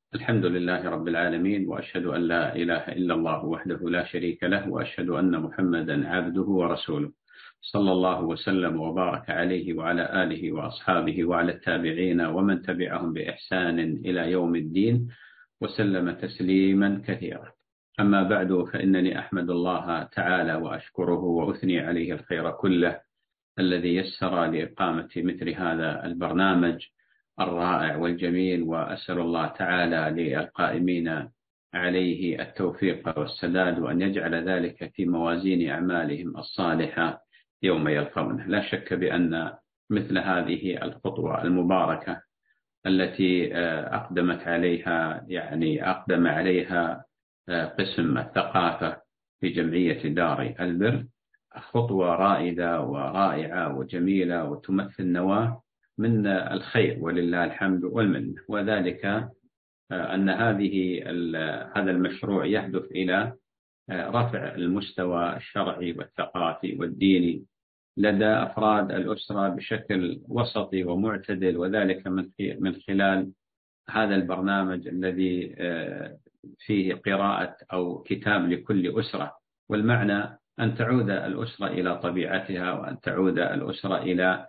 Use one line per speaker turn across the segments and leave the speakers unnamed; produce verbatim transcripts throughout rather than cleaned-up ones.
الحمد لله رب العالمين، وأشهد أن لا إله إلا الله وحده لا شريك له، وأشهد أن محمدا عبده ورسوله، صلى الله وسلم وبارك عليه وعلى آله وأصحابه وعلى التابعين ومن تبعهم بإحسان إلى يوم الدين، وسلم تسليما كثيرا. أما بعد، فإنني أحمد الله تعالى وأشكره وأثني عليه الخير كله الذي يسر لإقامة مثل هذا البرنامج الرائع والجميل، وأسأل الله تعالى للقائمين عليه التوفيق والسداد، وأن يجعل ذلك في موازين أعمالهم الصالحة يوم يلقونه. لا شك بأن مثل هذه الخطوة المباركة التي أقدمت عليها يعني أقدم عليها قسم الثقافة في جمعية دار البر خطوة رائدة ورائعة وجميلة، وتمثل نواة من الخير ولله الحمد والمنة، وذلك أن هذه هذا المشروع يهدف إلى رفع المستوى الشرعي والثقافي والديني لدى أفراد الأسرة بشكل وسطي ومعتدل، وذلك من خلال هذا البرنامج الذي فيه قراءة أو كتاب لكل أسرة. والمعنى أن تعود الأسرة إلى طبيعتها، وأن تعود الأسرة إلى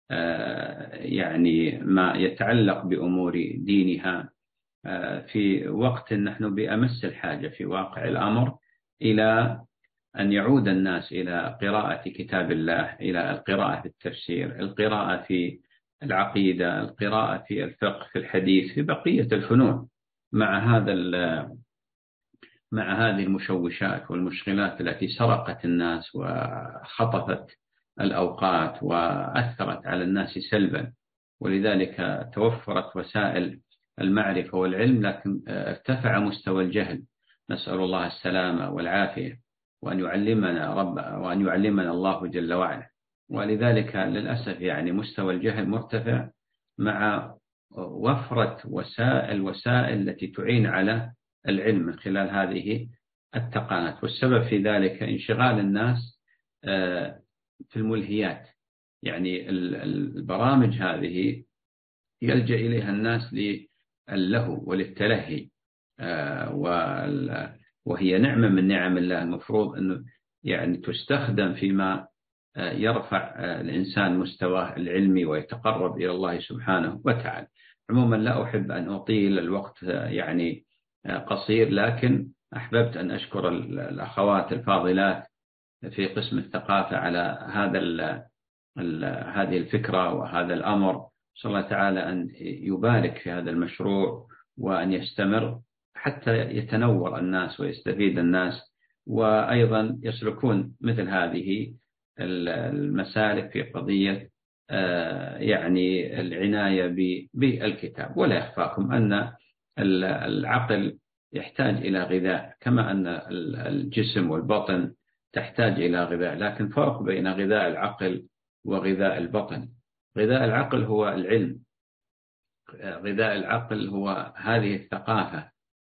يعني ما يتعلق بأمور دينها في وقت نحن بأمس الحاجة في واقع الأمر إلى أن يعود الناس إلى قراءة كتاب الله، إلى القراءة في التفسير، القراءة في العقيدة، القراءة في الفقه، في الحديث، في بقية الفنون، مع هذا مع هذه المشوشات والمشغلات التي سرقت الناس وخطفت الأوقات وأثرت على الناس سلبا. ولذلك توفرت وسائل المعرفة والعلم، لكن ارتفع مستوى الجهل. نسأل الله السلامة والعافية، وأن يعلمنا رب وأن يعلمنا الله جل وعلا. ولذلك للأسف يعني مستوى الجهل مرتفع مع وفرة وسائل وسائل التي تعين على العلم من خلال هذه التقنيات. والسبب في ذلك انشغال الناس في الملهيات، يعني البرامج هذه يلجأ إليها الناس للهو وللتلهي، وهي نعمة من نعم الله، المفروض أنه يعني تستخدم فيما يرفع الإنسان مستواه العلمي ويتقرب إلى الله سبحانه وتعالى. عموما لا أحب أن أطيل، الوقت يعني قصير، لكن أحببت أن أشكر الأخوات الفاضلات في قسم الثقافة على هذا ال ال هذه الفكرة وهذا الأمر. صلى الله تعالى أن يبارك في هذا المشروع، وأن يستمر حتى يتنور الناس ويستفيد الناس، وأيضا يسلكون مثل هذه المسالك في قضية يعني العناية بالكتاب. ولا يخفاكم أن العقل يحتاج إلى غذاء، كما أن الجسم والبطن تحتاج إلى غذاء، لكن فرق بين غذاء العقل وغذاء البطن. غذاء العقل هو العلم، غذاء العقل هو هذه الثقافة،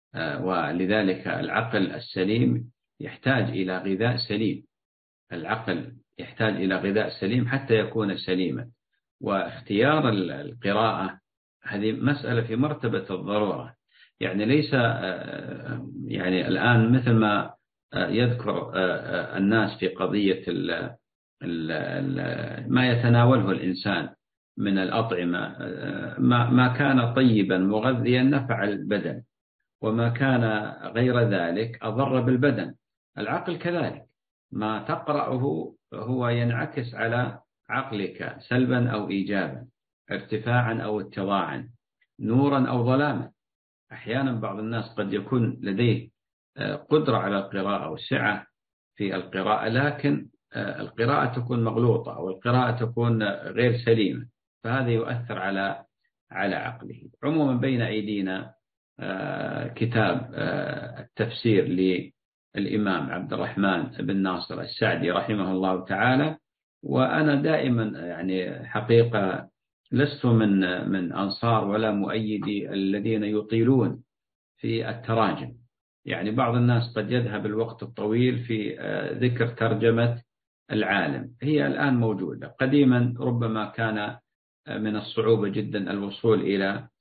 ولذلك العقل السليم يحتاج إلى غذاء سليم. العقل يحتاج إلى غذاء سليم حتى يكون سليما. واختيار القراءة هذه مسألة في مرتبة الضرورة، يعني ليس يعني الآن مثل ما يذكر الناس في قضية ال ال ما يتناوله الإنسان من الأطعمة، ما كان طيبا مغذيا نفع البدن، وما كان غير ذلك أضر بالبدن. العقل كذلك، ما تقرأه هو ينعكس على عقلك سلبا أو إيجابا، ارتفاعا أو اتضاعا، نورا أو ظلاما. أحيانا بعض الناس قد يكون لديه قدرة على القراءة وسعة في القراءة، لكن القراءة تكون مغلوطة أو القراءة تكون غير سليمة، فهذا يؤثر على على عقله. عموما بين أيدينا كتاب التفسير للإمام عبد الرحمن بن ناصر السعدي رحمه الله تعالى. وأنا دائما يعني حقيقة لست من من أنصار ولا مؤيدي الذين يطيلون في التراجم. يعني بعض الناس قد يذهب الوقت الطويل في ذكر ترجمة العالم. هي الآن موجودة، قديما ربما كان من الصعوبة جدا الوصول إلى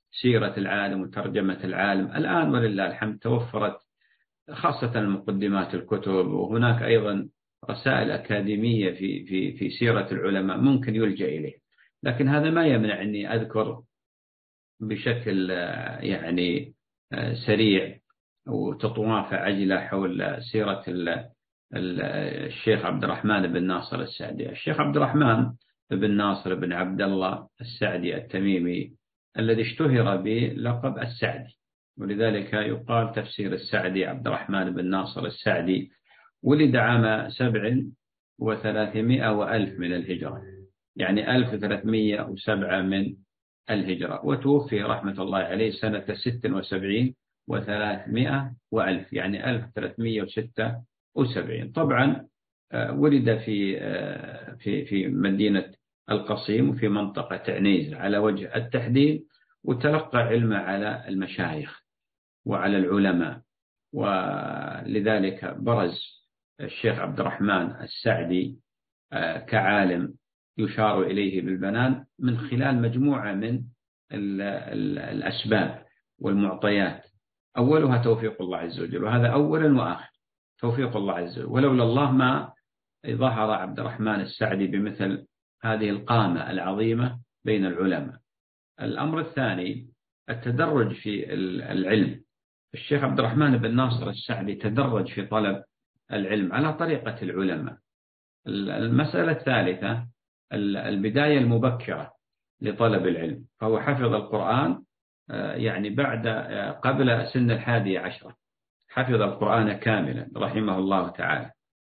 سيرة العالم وترجمة العالم. الآن ولله الحمد توفرت خاصة المقدمات الكتب، وهناك أيضا رسائل أكاديمية في في في سيرة العلماء ممكن يلجأ إليه. لكن هذا ما يمنع أني أذكر بشكل يعني سريع وتطوافة عجلة حول سيرة الشيخ عبد الرحمن بن ناصر السعدي. الشيخ عبد الرحمن بن ناصر بن عبد الله السعدي التميمي الذي اشتهر بلقب السعدي، ولذلك يقال تفسير السعدي عبد الرحمن بن ناصر السعدي. ولد عام سبع وثلاثمائة وألف من الهجرة، يعني ألف وثلاثمائة وسبعة من الهجرة، وتوفي رحمة الله عليه سنة ست وسبعين وثلاثمائة وألف، يعني ألف وثلاثمائة وستة وسبعين. طبعا ولد في في في مدينة القصيم وفي منطقة عنيز على وجه التحديد، وتلقى علمه على المشايخ وعلى العلماء. ولذلك برز الشيخ عبد الرحمن السعدي كعالم يشار إليه بالبنان من خلال مجموعة من الأسباب والمعطيات. أولها توفيق الله عز وجل، وهذا أولا وآخر توفيق الله عز وجل، ولولا الله ما ظهر عبد الرحمن السعدي بمثل هذه القامة العظيمة بين العلماء. الأمر الثاني التدرج في العلم. الشيخ عبد الرحمن بن ناصر السعدي تدرج في طلب العلم على طريقة العلماء. المسألة الثالثة البداية المبكرة لطلب العلم، فهو حفظ القرآن يعني بعد قبل سن الحادية عشرة، حفظ القرآن كاملا رحمه الله تعالى.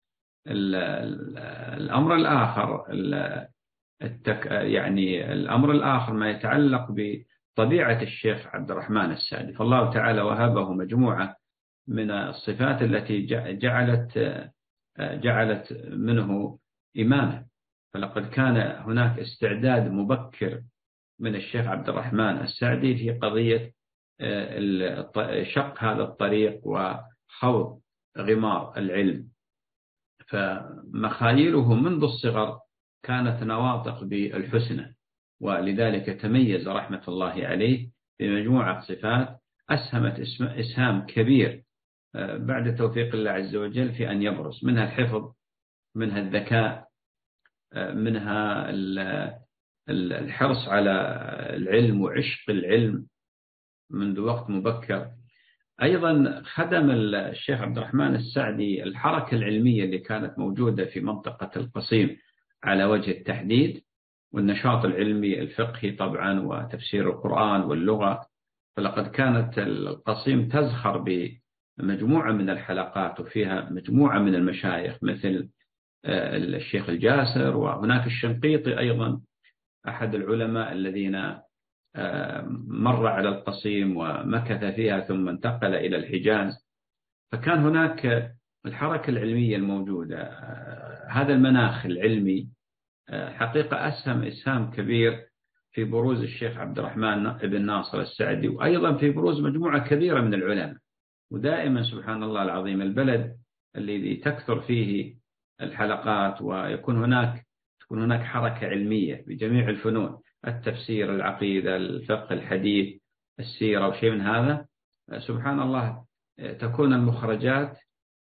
الأمر الآخر التك يعني الأمر الآخر ما يتعلق بطبيعة الشيخ عبد الرحمن السعدي، فالله تعالى وهبه مجموعة من الصفات التي جعلت جعلت منه إماما. فلقد كان هناك استعداد مبكر من الشيخ عبد الرحمن السعدي في قضية شق هذا الطريق وخوض غمار العلم. فمخايله منذ الصغر كانت نواطق بالحسنى، ولذلك تميز رحمة الله عليه بمجموعة صفات أسهمت إسهام كبير بعد توفيق الله عز وجل في أن يبرز، منها الحفظ، منها الذكاء، منها الحرص على العلم وعشق العلم منذ وقت مبكر. أيضا خدم الشيخ عبد الرحمن السعدي الحركة العلمية اللي كانت موجودة في منطقة القصيم على وجه التحديد، والنشاط العلمي الفقهي طبعا وتفسير القرآن واللغة. فلقد كانت القصيم تزخر بمجموعة من الحلقات وفيها مجموعة من المشايخ مثل الشيخ الجاسر، وهناك الشنقيطي أيضا أحد العلماء الذين مر على القصيم ومكث فيها ثم انتقل إلى الحجاز. فكان هناك الحركة العلمية الموجودة. هذا المناخ العلمي حقيقة أسهم إسهام كبير في بروز الشيخ عبد الرحمن بن ناصر السعدي، وأيضا في بروز مجموعة كبيرة من العلماء. ودائما سبحان الله العظيم البلد الذي تكثر فيه الحلقات ويكون هناك تكون هناك حركة علمية بجميع الفنون، التفسير، العقيدة، الفقه، الحديث، السيرة وشيء من هذا، سبحان الله تكون المخرجات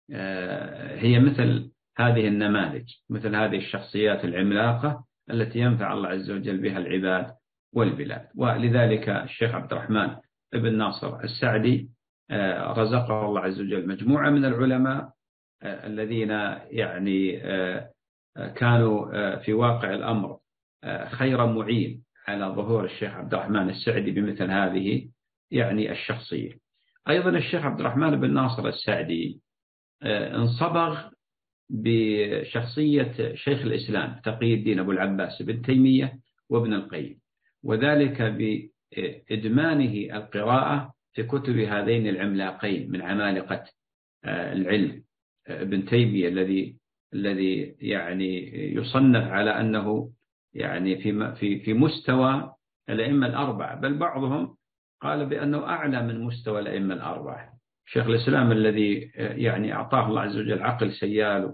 هي مثل هذه النماذج، مثل هذه الشخصيات العملاقة التي ينفع الله عز وجل بها العباد والبلاد. ولذلك الشيخ عبد الرحمن بن ناصر السعدي رزقه الله عز وجل مجموعة من العلماء الذين يعني كانوا في واقع الأمر خير معين على ظهور الشيخ عبد الرحمن السعدي بمثل هذه يعني الشخصية. أيضا الشيخ عبد الرحمن بن ناصر السعدي انصبغ بشخصية شيخ الإسلام تقي الدين أبو العباس بن تيمية وابن القيم، وذلك بإدمانه القراءة في كتب هذين العملاقين من عمالقة العلم، ابن تيمية الذي الذي يعني يصنف على أنه يعني في في في مستوى الأئمة الأربعة، بل بعضهم قال بأنه أعلى من مستوى الأئمة الأربعة. شيخ الإسلام الذي يعني أعطاه الله عز وجل عقل سيال،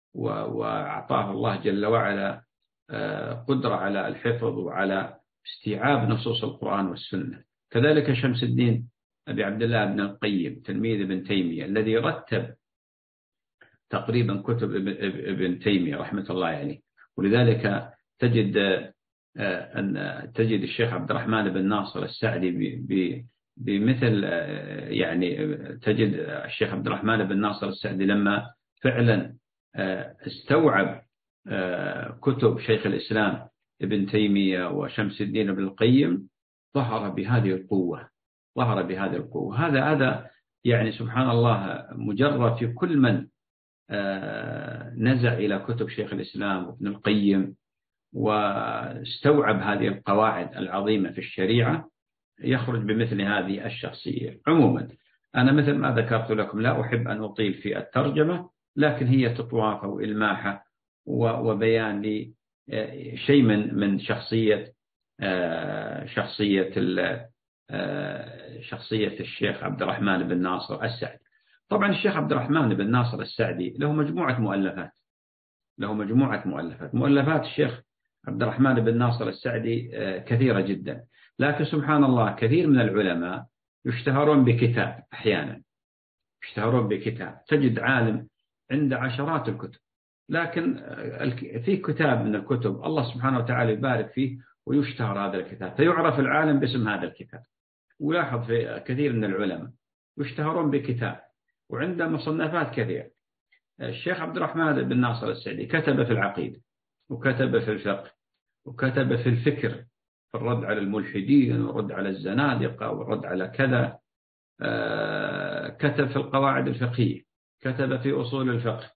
وأعطاه الله جل وعلا قدرة على الحفظ وعلى استيعاب نصوص القرآن والسنة، كذلك شمس الدين أبي عبد الله بن القيم تلميذ ابن تيمية الذي رتب تقريبا كتب ابن تيمية رحمة الله عليه. ولذلك تجد أن تجد الشيخ عبد الرحمن بن ناصر السعدي بمثل يعني تجد الشيخ عبد الرحمن بن ناصر السعدي لما فعلا استوعب كتب شيخ الإسلام ابن تيمية وشمس الدين ابن القيم ظهر بهذه القوة ظهر بهذه القوة. هذا هذا يعني سبحان الله مجرد في كل من نزع إلى كتب شيخ الإسلام وابن القيم واستوعب هذه القواعد العظيمة في الشريعة يخرج بمثل هذه الشخصية. عموما أنا مثل ما ذكرت لكم لا أحب أن أطيل في الترجمة، لكن هي تطوافة وإلماحة وبيان لي شيء من من شخصية شخصية شخصية الشيخ عبد الرحمن بن ناصر السعدي. طبعا الشيخ عبد الرحمن بن ناصر السعدي له مجموعة مؤلفات له مجموعة مؤلفات مؤلفات الشيخ عبد الرحمن بن ناصر السعدي كثيرة جدا، لكن سبحان الله كثير من العلماء يشتهرون بكتاب، أحيانا يشتهرون بكتاب، تجد عالم عنده عشرات الكتب، لكن في كتاب من الكتب الله سبحانه وتعالى يبارك فيه ويشتهر هذا الكتاب فيعرف العالم باسم هذا الكتاب. ولاحظ في كثير من العلماء يشتهرون بكتاب وعنده مصنفات كثيرة. الشيخ عبد الرحمن بن ناصر السعدي كتب في العقيدة وكتب في الفقه وكتب في الفكر، في الرد على الملحدين والرد على الزنادقة والرد على كذا، كتب في القواعد الفقهية، كتب في أصول الفقه،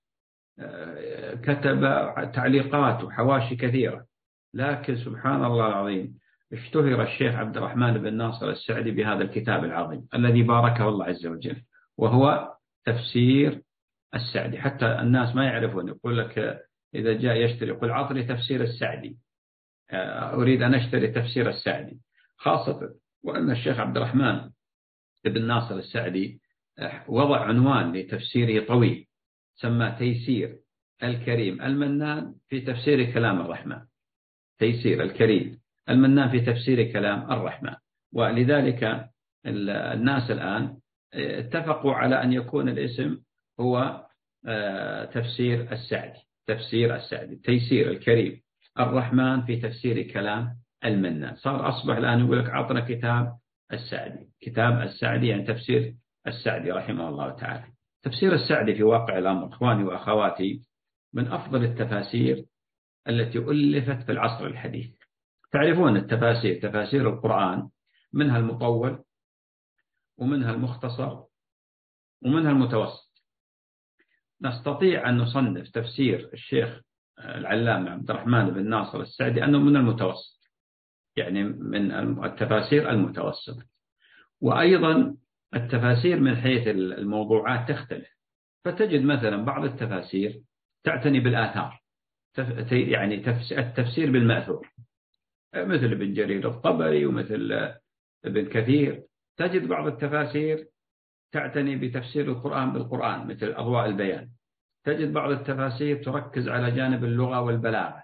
كتب تعليقات وحواشي كثيرة. لكن سبحان الله العظيم اشتهر الشيخ عبد الرحمن بن ناصر السعدي بهذا الكتاب العظيم الذي باركه الله عز وجل، وهو تفسير السعدي. حتى الناس ما يعرفون، يقول لك إذا جاء يشتري يقول عطني تفسير السعدي، أريد أن أشتري تفسير السعدي، خاصة وأن الشيخ عبد الرحمن بن ناصر السعدي وضع عنوان لتفسيره طويل سمى تيسير الكريم المنان في تفسير كلام الرحمن، تيسير الكريم المنان في تفسير كلام الرحمن. ولذلك الناس الآن اتفقوا على أن يكون الاسم هو تفسير السعدي، تفسير السعدي تيسير الكريم الرحمن في تفسير كلام المنان. صار أصبح الآن يقول لك عطنا كتاب السعدي، كتاب السعدي يعني تفسير السعدي رحمه الله تعالى. تفسير السعدي في واقع الأمر إخواني وأخواتي من أفضل التفاسير التي ألفت في العصر الحديث. تعرفون التفاسير، تفاسير القرآن منها المطول ومنها المختصر ومنها المتوسط. نستطيع أن نصنف تفسير الشيخ العلامة عبد الرحمن بن ناصر السعدي أنه من المتوسط، يعني من التفاسير المتوسط. وأيضا التفاسير من حيث الموضوعات تختلف، فتجد مثلا بعض التفاسير تعتني بالآثار، يعني التفسير بالمأثور مثل ابن جرير الطبري ومثل ابن كثير. تجد بعض التفاسير تعتني بتفسير القرآن بالقرآن مثل أضواء البيان. تجد بعض التفاسير تركز على جانب اللغة والبلاغة.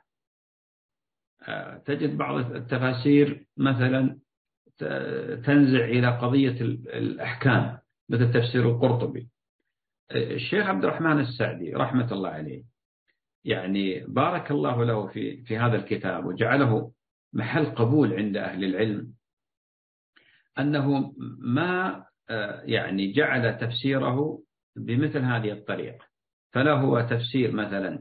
تجد بعض التفاسير مثلا تنزع إلى قضية الأحكام مثل تفسير القرطبي. الشيخ عبد الرحمن السعدي رحمة الله عليه يعني بارك الله له في في هذا الكتاب وجعله محل قبول عند أهل العلم، أنه ما يعني جعل تفسيره بمثل هذه الطريقة. فلا هو تفسير مثلا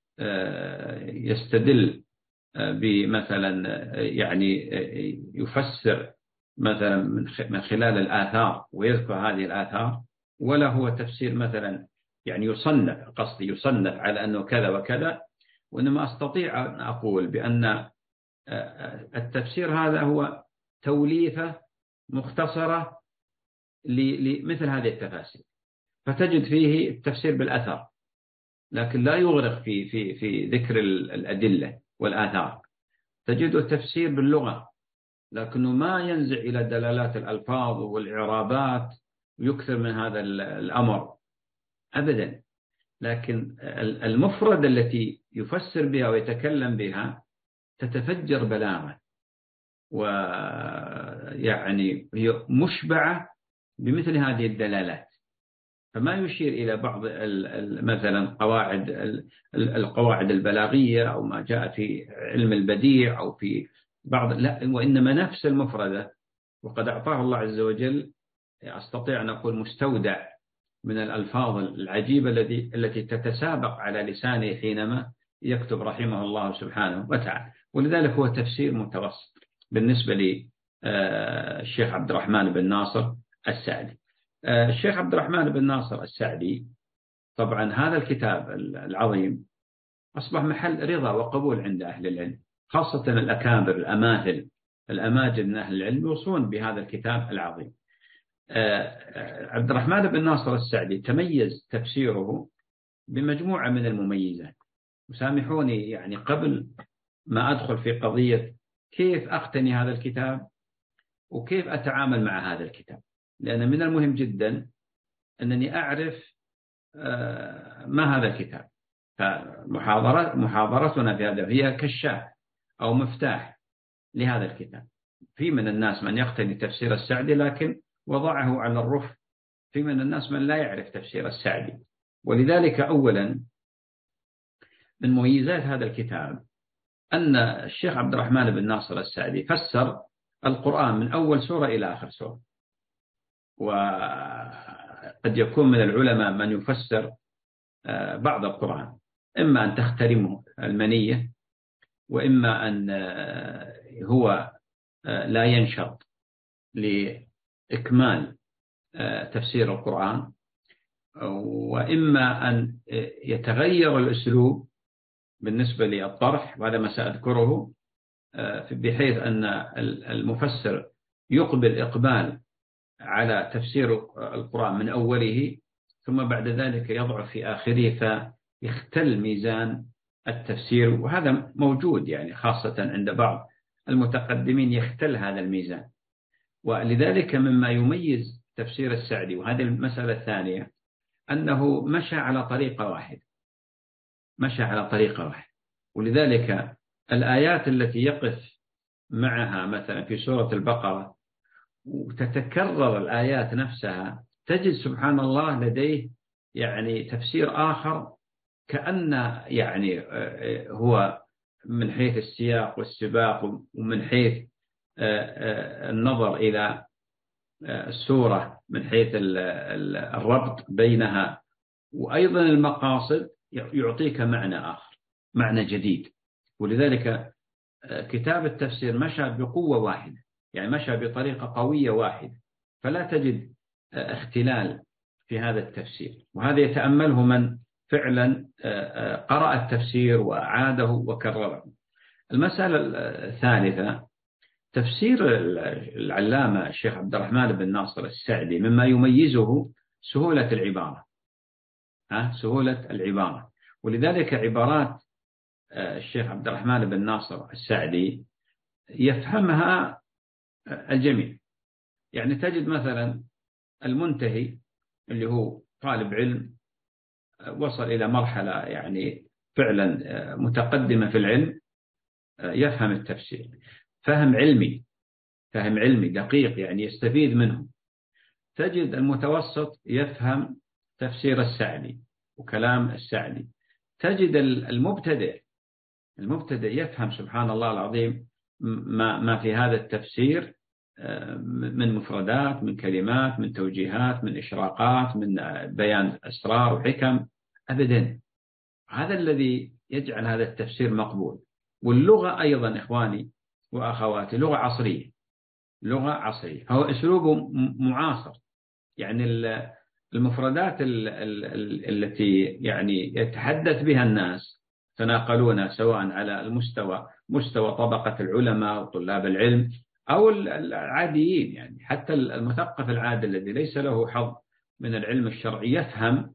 يستدل بمثلا يعني يفسر مثلا من خلال الآثار ويذكر هذه الآثار، ولا هو تفسير مثلا يعني يصنف، قصدي يصنف على أنه كذا وكذا. وإنما أستطيع أن أقول بأن التفسير هذا هو توليفة مختصرة لمثل هذه التفاسير، فتجد فيه التفسير بالأثر لكن لا يغرق في في في ذكر الأدلة والآثار. تجد التفسير باللغة لكنه ما ينزع إلى دلالات الألفاظ والإعرابات ويكثر من هذا الأمر أبدا. لكن المفرد التي يفسر بها ويتكلم بها تتفجر بلاغة ويعني هي مشبعة بمثل هذه الدلالات، فما يشير إلى بعض مثلا قواعد القواعد البلاغية أو ما جاء في علم البديع أو في بعض، لا، وإنما نفس المفردة. وقد أعطاه الله عز وجل، أستطيع أن أقول، مستودع من الألفاظ العجيبة التي التي تتسابق على لسانه حينما يكتب رحمه الله سبحانه وتعالى. ولذلك هو تفسير متوسط بالنسبة للشيخ عبد الرحمن بن ناصر السعدي. الشيخ عبد الرحمن بن ناصر السعدي طبعا هذا الكتاب العظيم أصبح محل رضا وقبول عند أهل العلم، خاصة الأكابر الأماثل الأماجد من أهل العلم يوصون بهذا الكتاب العظيم. عبد الرحمن بن ناصر السعدي تميز تفسيره بمجموعة من المميزات. وسامحوني يعني قبل ما أدخل في قضية كيف أقتني هذا الكتاب وكيف أتعامل مع هذا الكتاب، لأن من المهم جدا أنني أعرف ما هذا الكتاب. فمحاضرة محاضرتنا في هذا هي كشاف أو مفتاح لهذا الكتاب. في من الناس من يقتني تفسير السعدي لكن وضعه على الرف، في من الناس من لا يعرف تفسير السعدي. ولذلك أولا من مميزات هذا الكتاب أن الشيخ عبد الرحمن بن ناصر السعدي فسر القرآن من أول سورة إلى آخر سورة. وقد يكون من العلماء من يفسر بعض القرآن، إما أن تخترمه المنية، وإما أن هو لا ينشط لإكمال تفسير القرآن، وإما أن يتغير الأسلوب بالنسبة للطرح، وهذا ما سأذكره، بحيث أن المفسر يقبل إقبال على تفسير القرآن من أوله، ثم بعد ذلك يضعف في آخره فيختل ميزان التفسير. وهذا موجود يعني خاصة عند بعض المتقدمين يختل هذا الميزان. ولذلك مما يميز تفسير السعدي، وهذه المسألة الثانية، أنه مشى على طريقة واحدة مشى على طريقة واحدة ولذلك الآيات التي يقف معها مثلا في سورة البقرة وتتكرر الآيات نفسها، تجد سبحان الله لديه يعني تفسير آخر، كأن يعني هو من حيث السياق والسباق ومن حيث النظر إلى السورة، من حيث الربط بينها وأيضا المقاصد، يعطيك معنى آخر، معنى جديد. ولذلك كتاب التفسير مشى بقوة واحدة، يعني مشى بطريقة قوية واحدة، فلا تجد اختلال في هذا التفسير. وهذا يتأمله من فعلا قرأ التفسير وعاده وكرره. المسألة الثالثة، تفسير العلامة الشيخ عبد الرحمن بن ناصر السعدي مما يميزه سهولة العبارة ها سهولة العبارة ولذلك عبارات الشيخ عبد الرحمن بن ناصر السعدي يفهمها الجميع. يعني تجد مثلا المنتهي اللي هو طالب علم وصل إلى مرحلة يعني فعلا متقدمة في العلم يفهم التفسير فهم علمي فهم علمي دقيق، يعني يستفيد منه. تجد المتوسط يفهم تفسير السعدي وكلام السعدي. تجد المبتدئ المبتدئ يفهم سبحان الله العظيم ما ما في هذا التفسير من مفردات، من كلمات، من توجيهات، من إشراقات، من بيان أسرار وحكم أبدا. هذا الذي يجعل هذا التفسير مقبول. واللغة أيضا إخواني وأخواتي لغة عصرية لغة عصرية هو أسلوب معاصر. يعني المفردات التي يعني يتحدث بها الناس تناقلونها سواء على المستوى مستوى طبقة العلماء وطلاب العلم أو العاديين، يعني حتى المثقف العادي الذي ليس له حظ من العلم الشرعي يفهم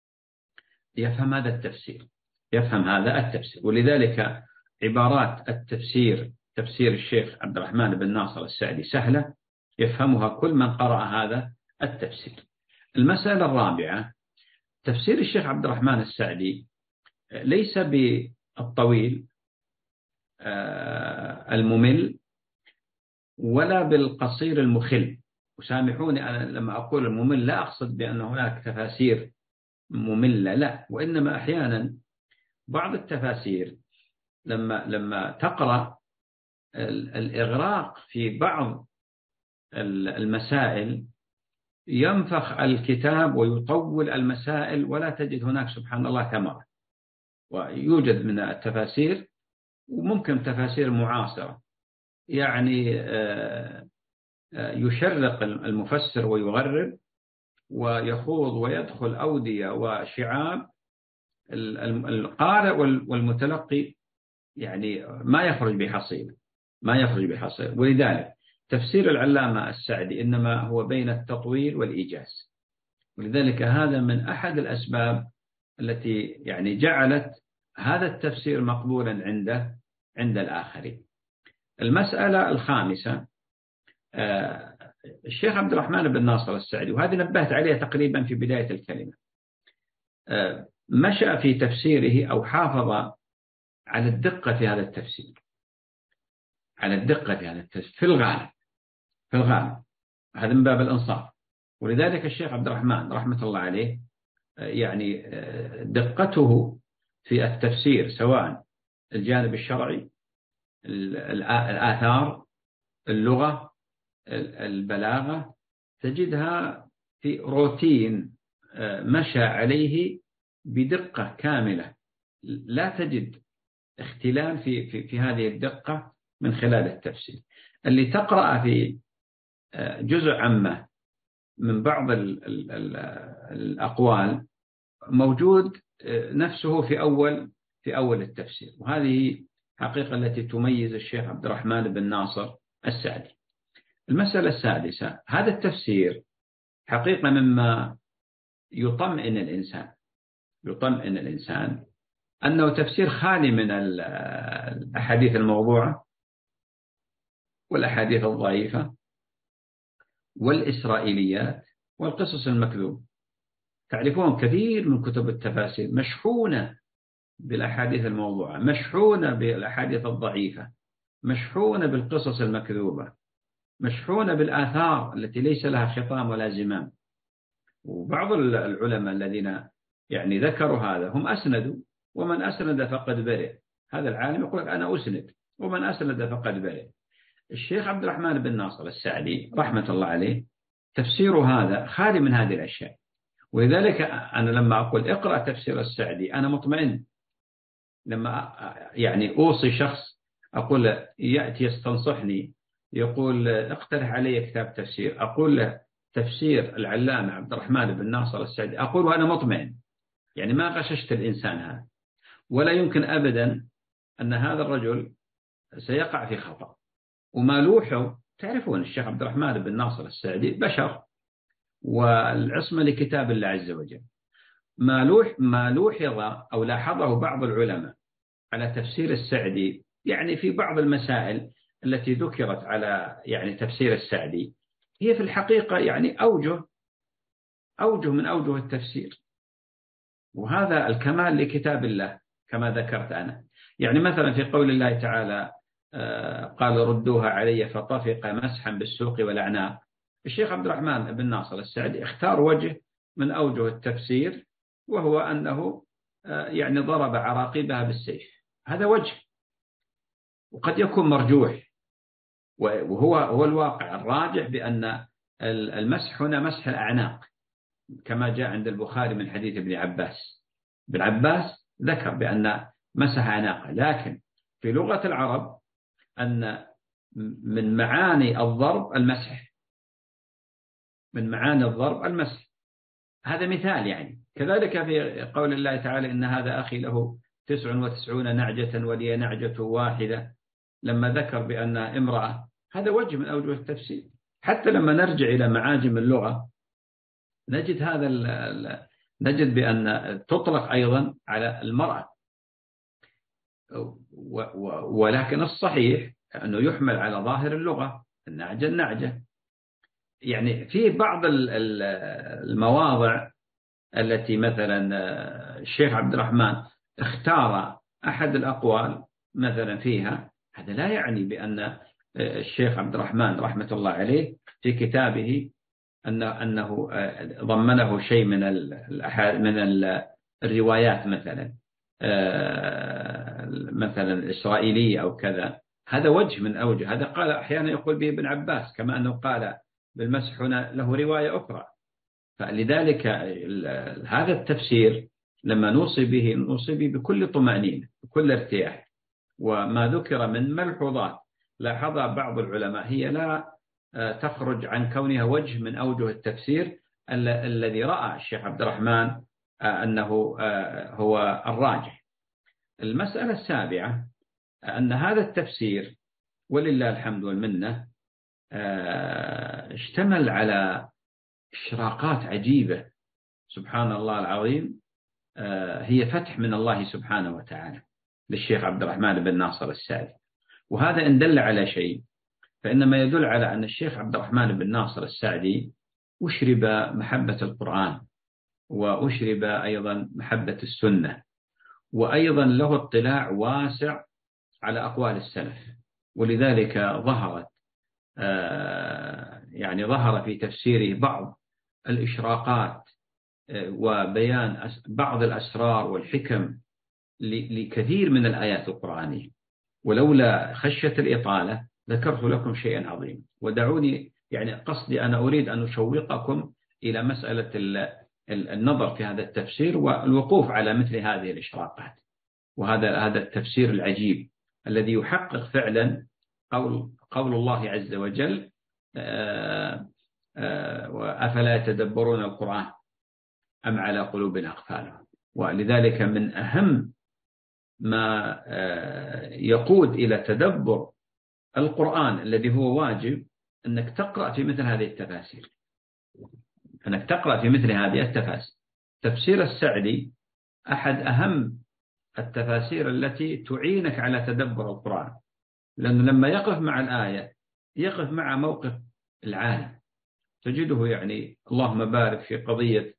يفهم هذا التفسير يفهم هذا التفسير. ولذلك عبارات التفسير تفسير الشيخ عبد الرحمن بن ناصر السعدي سهلة يفهمها كل من قرأ هذا التفسير. المسألة الرابعة، تفسير الشيخ عبد الرحمن السعدي ليس بالطويل الممل ولا بالقصير المخل. وسامحوني أنا لما أقول الممل لا أقصد بأن هناك تفاسير مملة، لا، وإنما أحيانا بعض التفاسير لما لما تقرأ الإغراق في بعض المسائل ينفخ الكتاب ويطول المسائل ولا تجد هناك سبحان الله ثمرة. ويوجد من التفاسير وممكن تفاسير معاصرة يعني يشرق المفسر ويغرب ويخوض ويدخل أودية وشعاب القارئ والمتلقي يعني ما يخرج بحصيلة ما يخرج بحصيلة. ولذلك تفسير العلامة السعدي إنما هو بين التطويل والإيجاز، ولذلك هذا من أحد الأسباب التي يعني جعلت هذا التفسير مقبولا عند عند الآخرين. المسألة الخامسة، الشيخ عبد الرحمن بن ناصر السعدي، وهذه نبهت عليها تقريبا في بداية الكلمة، مشى في تفسيره أو حافظ على الدقة في هذا التفسير، على الدقة في هذا التفسير في الغالب في الغالب هذا من باب الإنصاف. ولذلك الشيخ عبد الرحمن رحمة الله عليه يعني دقته في التفسير سواء الجانب الشرعي، الآثار، اللغة، البلاغة، تجدها في روتين مشى عليه بدقة كاملة، لا تجد اختلال في في في هذه الدقة من خلال التفسير. اللي تقرأ في جزء عامة من بعض ال ال ال الأقوال موجود نفسه في أول في أول التفسير، وهذه حقيقة التي تميز الشيخ عبد الرحمن بن ناصر السعدي. المسألة السادسة، هذا التفسير حقيقة مما يطمئن الإنسان يطمئن الإنسان أنه تفسير خالي من الأحاديث الموضوعة والأحاديث الضعيفة والإسرائيليات والقصص المكذوب. تعرفون كثير من كتب التفاسير مشحونة بالأحاديث الموضوعة، مشحونة بالأحاديث الضعيفة، مشحونة بالقصص المكذوبة، مشحونة بالآثار التي ليس لها خطام ولا زمام. وبعض العلماء الذين يعني ذكروا هذا هم أسندوا، ومن أسند فقد برئ. هذا العالم يقول أنا أسند، ومن أسند فقد برئ. الشيخ عبد الرحمن بن ناصر السعدي رحمة الله عليه تفسير هذا خالي من هذه الأشياء. ولذلك أنا لما أقول اقرأ تفسير السعدي أنا مطمئن. لما يعني أوصي شخص أقول له يأتي يستنصحني يقول اقترح علي كتاب تفسير، أقول له تفسير العلامة عبد الرحمن بن ناصر السعدي، أقول وأنا مطمئن، يعني ما غششت الإنسان هذا، ولا يمكن أبدا أن هذا الرجل سيقع في خطأ. وما لوحه، تعرفون الشيخ عبد الرحمن بن ناصر السعدي بشر، والعصمة لكتاب الله عز وجل. ما لوح ما لوحظ أو لاحظه بعض العلماء على تفسير السعدي، يعني في بعض المسائل التي ذكرت على يعني تفسير السعدي هي في الحقيقة يعني أوجه أوجه من أوجه التفسير، وهذا الكمال لكتاب الله كما ذكرت أنا. يعني مثلا في قول الله تعالى قال ردوها علي فطفق مسحا بالسوق والأعناق، الشيخ عبد الرحمن بن ناصر السعدي اختار وجه من أوجه التفسير، وهو أنه يعني ضرب عراقبها بالسيف. هذا وجه، وقد يكون مرجوح، وهو هو الواقع الراجح بأن المسح هنا مسح الأعناق كما جاء عند البخاري من حديث ابن عباس. ابن عباس ذكر بأن مسح أعناقه، لكن في لغة العرب أن من معاني الضرب المسح، من معاني الضرب المسح. هذا مثال. يعني كذلك في قول الله تعالى إن هذا أخي له تسع وتسعون نعجة ولي نعجة واحدة، لما ذكر بأن امرأة، هذا وجه من أوجه التفسير. حتى لما نرجع إلى معاجم اللغة نجد هذا نجد بأن تطلق أيضا على المرأة، ولكن الصحيح أنه يحمل على ظاهر اللغة، النعجة النعجة. يعني في بعض المواضع التي مثلا الشيخ عبد الرحمن اختار أحد الأقوال مثلا فيها، هذا لا يعني بأن الشيخ عبد الرحمن رحمة الله عليه في كتابه أن أنه ضمنه شيء من من الروايات مثلا مثلا الإسرائيلية أو كذا، هذا وجه من أوجه. هذا قال أحيانا يقول به ابن عباس، كما أنه قال بالمسح هنا له رواية أخرى. فلذلك هذا التفسير لما نوصي به نوصي به بكل طمأنينة بكل ارتياح. وما ذكر من ملحوظات لاحظها بعض العلماء هي لا تخرج عن كونها وجه من أوجه التفسير الذي رأى الشيخ عبد الرحمن أنه هو الراجح. المسألة السابعة أن هذا التفسير ولله الحمد والمنة اشتمل على إشراقات عجيبة سبحان الله العظيم، هي فتح من الله سبحانه وتعالى للشيخ عبد الرحمن بن ناصر السعدي. وهذا إن دل على شيء فإنما يدل على أن الشيخ عبد الرحمن بن ناصر السعدي أشرب محبة القرآن، وأشرب أيضا محبة السنة، وأيضا له اطلاع واسع على أقوال السلف. ولذلك ظهرت يعني ظهر في تفسيره بعض الإشراقات وبيان بعض الأسرار والحكم لكثير من الآيات القرآنية. ولولا خشية الإطالة ذكرت لكم شيئا عظيما، ودعوني يعني قصدي أنا أريد أن أشوقكم إلى مسألة النظر في هذا التفسير والوقوف على مثل هذه الإشراقات، وهذا هذا التفسير العجيب الذي يحقق فعلا قول قول الله عز وجل وأفلا يتدبرون القرآن أم على قلوب أقفالها. ولذلك من أهم ما يقود إلى تدبر القرآن الذي هو واجب أنك تقرأ في مثل هذه التفاسير، أنك تقرأ في مثل هذه التفاسير. تفسير السعدي أحد أهم التفاسير التي تعينك على تدبر القرآن، لأنه لما يقف مع الآية يقف مع موقف العالم، تجده يعني اللهم بارك في قضية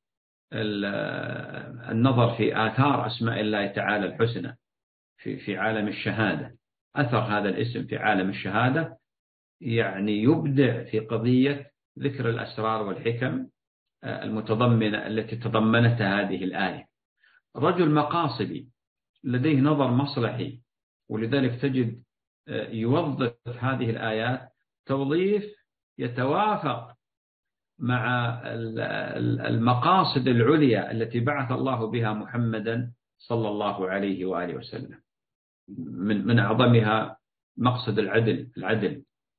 النظر في آثار أسماء الله تعالى الحسنى في في عالم الشهادة. أثر هذا الاسم في عالم الشهادة يعني يبدع في قضية ذكر الأسرار والحكم المتضمنة التي تضمنتها هذه الآية. رجل مقاصدي لديه نظر مصلحي، ولذلك تجد يوظف هذه الآيات توظيف يتوافق مع المقاصد العليا التي بعث الله بها محمدا صلى الله عليه وآله وسلم، من من أعظمها مقصد العدل العدل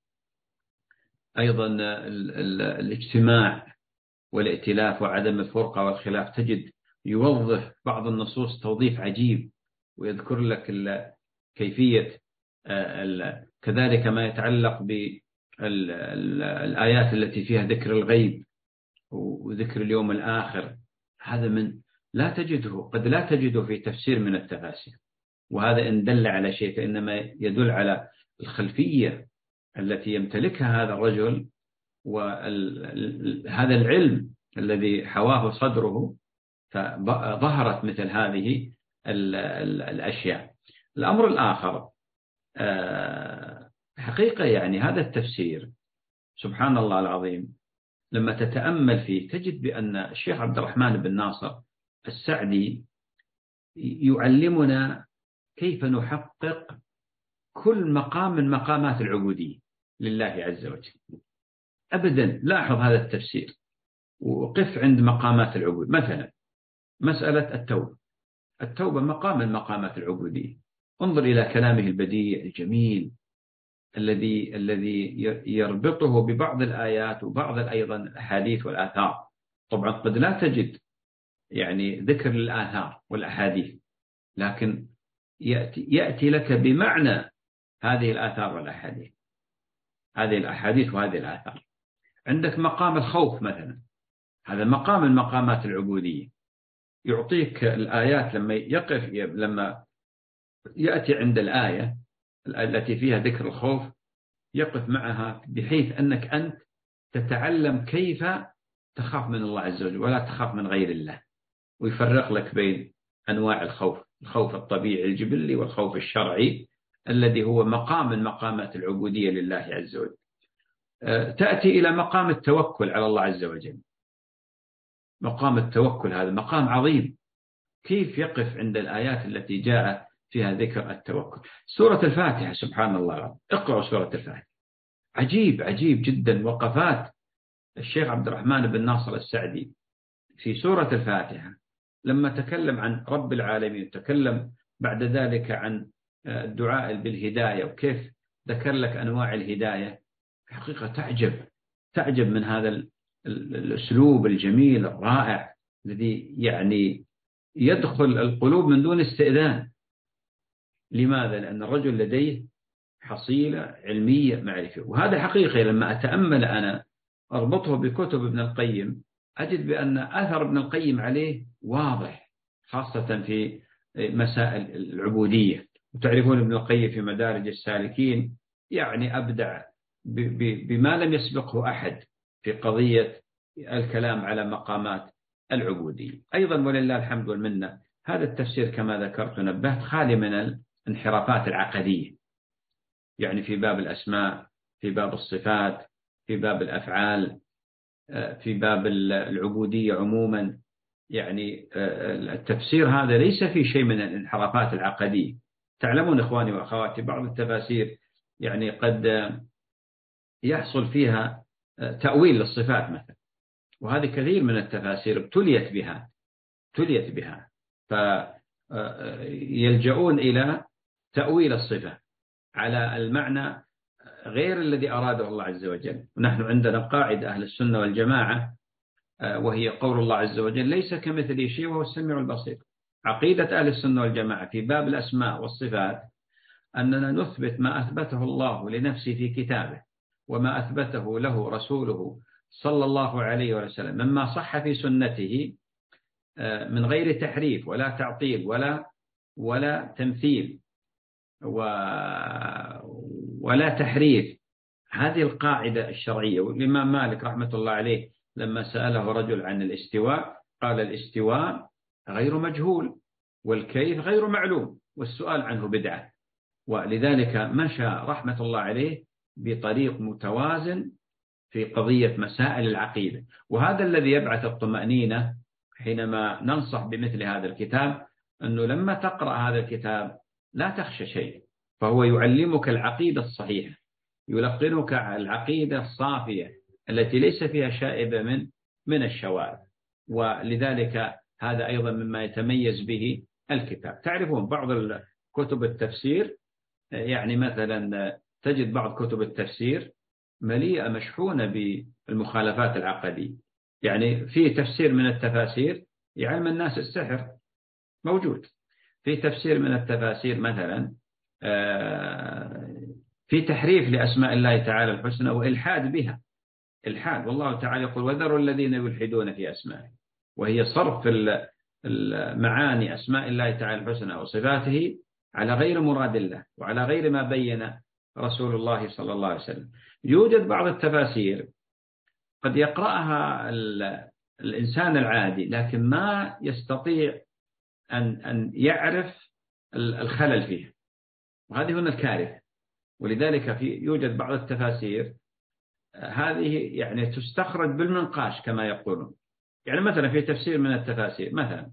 أيضا الاجتماع والائتلاف وعدم الفرقة والخلاف. تجد يوظف بعض النصوص توظيف عجيب ويذكر لك كيفية كذلك ما يتعلق بالآيات التي فيها ذكر الغيب وذكر اليوم الآخر. هذا من لا تجده قد لا تجده في تفسير من التفاسير، وهذا إن دل على شيء فإنما يدل على الخلفية التي يمتلكها هذا الرجل وهذا العلم الذي حواه صدره، فظهرت مثل هذه الأشياء. الأمر الآخر حقيقة يعني هذا التفسير سبحان الله العظيم لما تتأمل فيه تجد بأن الشيخ عبد الرحمن بن ناصر السعدي يعلمنا كيف نحقق كل مقام من مقامات العبودية لله عز وجل. أبدا لاحظ هذا التفسير وقف عند مقامات العبود. مثلا مسألة التوبة، التوبة مقام من مقامات العبودية. انظر إلى كلامه البديع الجميل الذي الذي يربطه ببعض الآيات وبعض أيضا الأحاديث والآثار. طبعا قد لا تجد يعني ذكر للآثار والأحاديث، لكن يأتي, يأتي لك بمعنى هذه الآثار والأحاديث، هذه الأحاديث وهذه الآثار. عندك مقام الخوف مثلا، هذا مقام من مقامات العبودية. يعطيك الآيات لما يقف لما يأتي عند الآية التي فيها ذكر الخوف يقف معها بحيث أنك أنت تتعلم كيف تخاف من الله عز وجل ولا تخاف من غير الله، ويفرق لك بين أنواع الخوف، الخوف الطبيعي الجبلي والخوف الشرعي الذي هو مقام من مقامات العبودية لله عز وجل. تأتي إلى مقام التوكل على الله عز وجل. مقام التوكل هذا مقام عظيم، كيف يقف عند الآيات التي جاء فيها ذكر التوكل؟ سورة الفاتحة سبحان الله، اقرأوا سورة الفاتحة، عجيب عجيب جدا. وقفات الشيخ عبد الرحمن بن ناصر السعدي في سورة الفاتحة لما تكلم عن رب العالمين، تكلم بعد ذلك عن الدعاء بالهداية وكيف ذكر لك أنواع الهداية. حقيقة تعجب تعجب من هذا الأسلوب الجميل الرائع الذي يعني يدخل القلوب من دون استئذان. لماذا؟ لأن الرجل لديه حصيلة علمية معرفة، وهذا حقيقة لما أتأمل أنا أربطه بكتب ابن القيم أجد بأن أثر ابن القيم عليه واضح، خاصة في مسائل العبودية. وتعرفون ابن القيم في مدارج السالكين يعني أبدع بما لم يسبقه أحد في قضية الكلام على مقامات العبودية. أيضا ولله الحمد والمنة هذا التفسير كما ذكرت نبهت خالي من الانحرافات العقدية، يعني في باب الأسماء، في باب الصفات، في باب الأفعال، في باب العبودية عموما. يعني التفسير هذا ليس في شيء من الانحرافات العقدية. تعلمون إخواني وأخواتي بعض التفاسير يعني قد يحصل فيها تأويل للصفات مثلا، وهذه كثير من التفاسير ابتليت بها ابتليت بها فيلجؤون إلى تأويل الصفة على المعنى غير الذي أراده الله عز وجل. ونحن عندنا قاعدة أهل السنة والجماعة وهي قول الله عز وجل ليس كمثله شيء وهو السميع البصير. عقيدة أهل السنة والجماعة في باب الأسماء والصفات أننا نثبت ما أثبته الله لنفسه في كتابه وما أثبته له رسوله صلى الله عليه وسلم مما صح في سنته من غير تحريف ولا تعطيل ولا ولا تمثيل ولا تحريف. هذه القاعدة الشرعية. والإمام مالك رحمة الله عليه لما سأله رجل عن الاستواء قال الاستواء غير مجهول والكيف غير معلوم والسؤال عنه بدعة. ولذلك مشى رحمة الله عليه بطريق متوازن في قضية مسائل العقيدة. وهذا الذي يبعث الطمأنينة حينما ننصح بمثل هذا الكتاب، أنه لما تقرأ هذا الكتاب لا تخشى شيء، فهو يعلمك العقيدة الصحيحة، يلقنك العقيدة الصافية التي ليس فيها شائبة من من الشوائب. ولذلك هذا أيضا مما يتميز به الكتاب. تعرفون بعض كتب التفسير يعني مثلا تجد بعض كتب التفسير مليئة مشحونة بالمخالفات العقدية. يعني في تفسير من التفاسير يعلم الناس السحر موجود، في تفسير من التفاسير مثلا في تحريف لأسماء الله تعالى الحسنى وإلحاد بها، إلحاد. والله تعالى يقول وذروا الذين يلحدون في أسمائه، وهي صرف المعاني أسماء الله تعالى الحسنى وصفاته على غير مراد الله وعلى غير ما بين رسول الله صلى الله عليه وسلم. يوجد بعض التفاسير قد يقرأها الإنسان العادي لكن ما يستطيع أن أن يعرف الخلل فيها، وهذه هنا الكارثة. ولذلك في يوجد بعض التفاسير هذه يعني تستخرج بالمنقاش كما يقولون. يعني مثلا في تفسير من التفاسير مثلا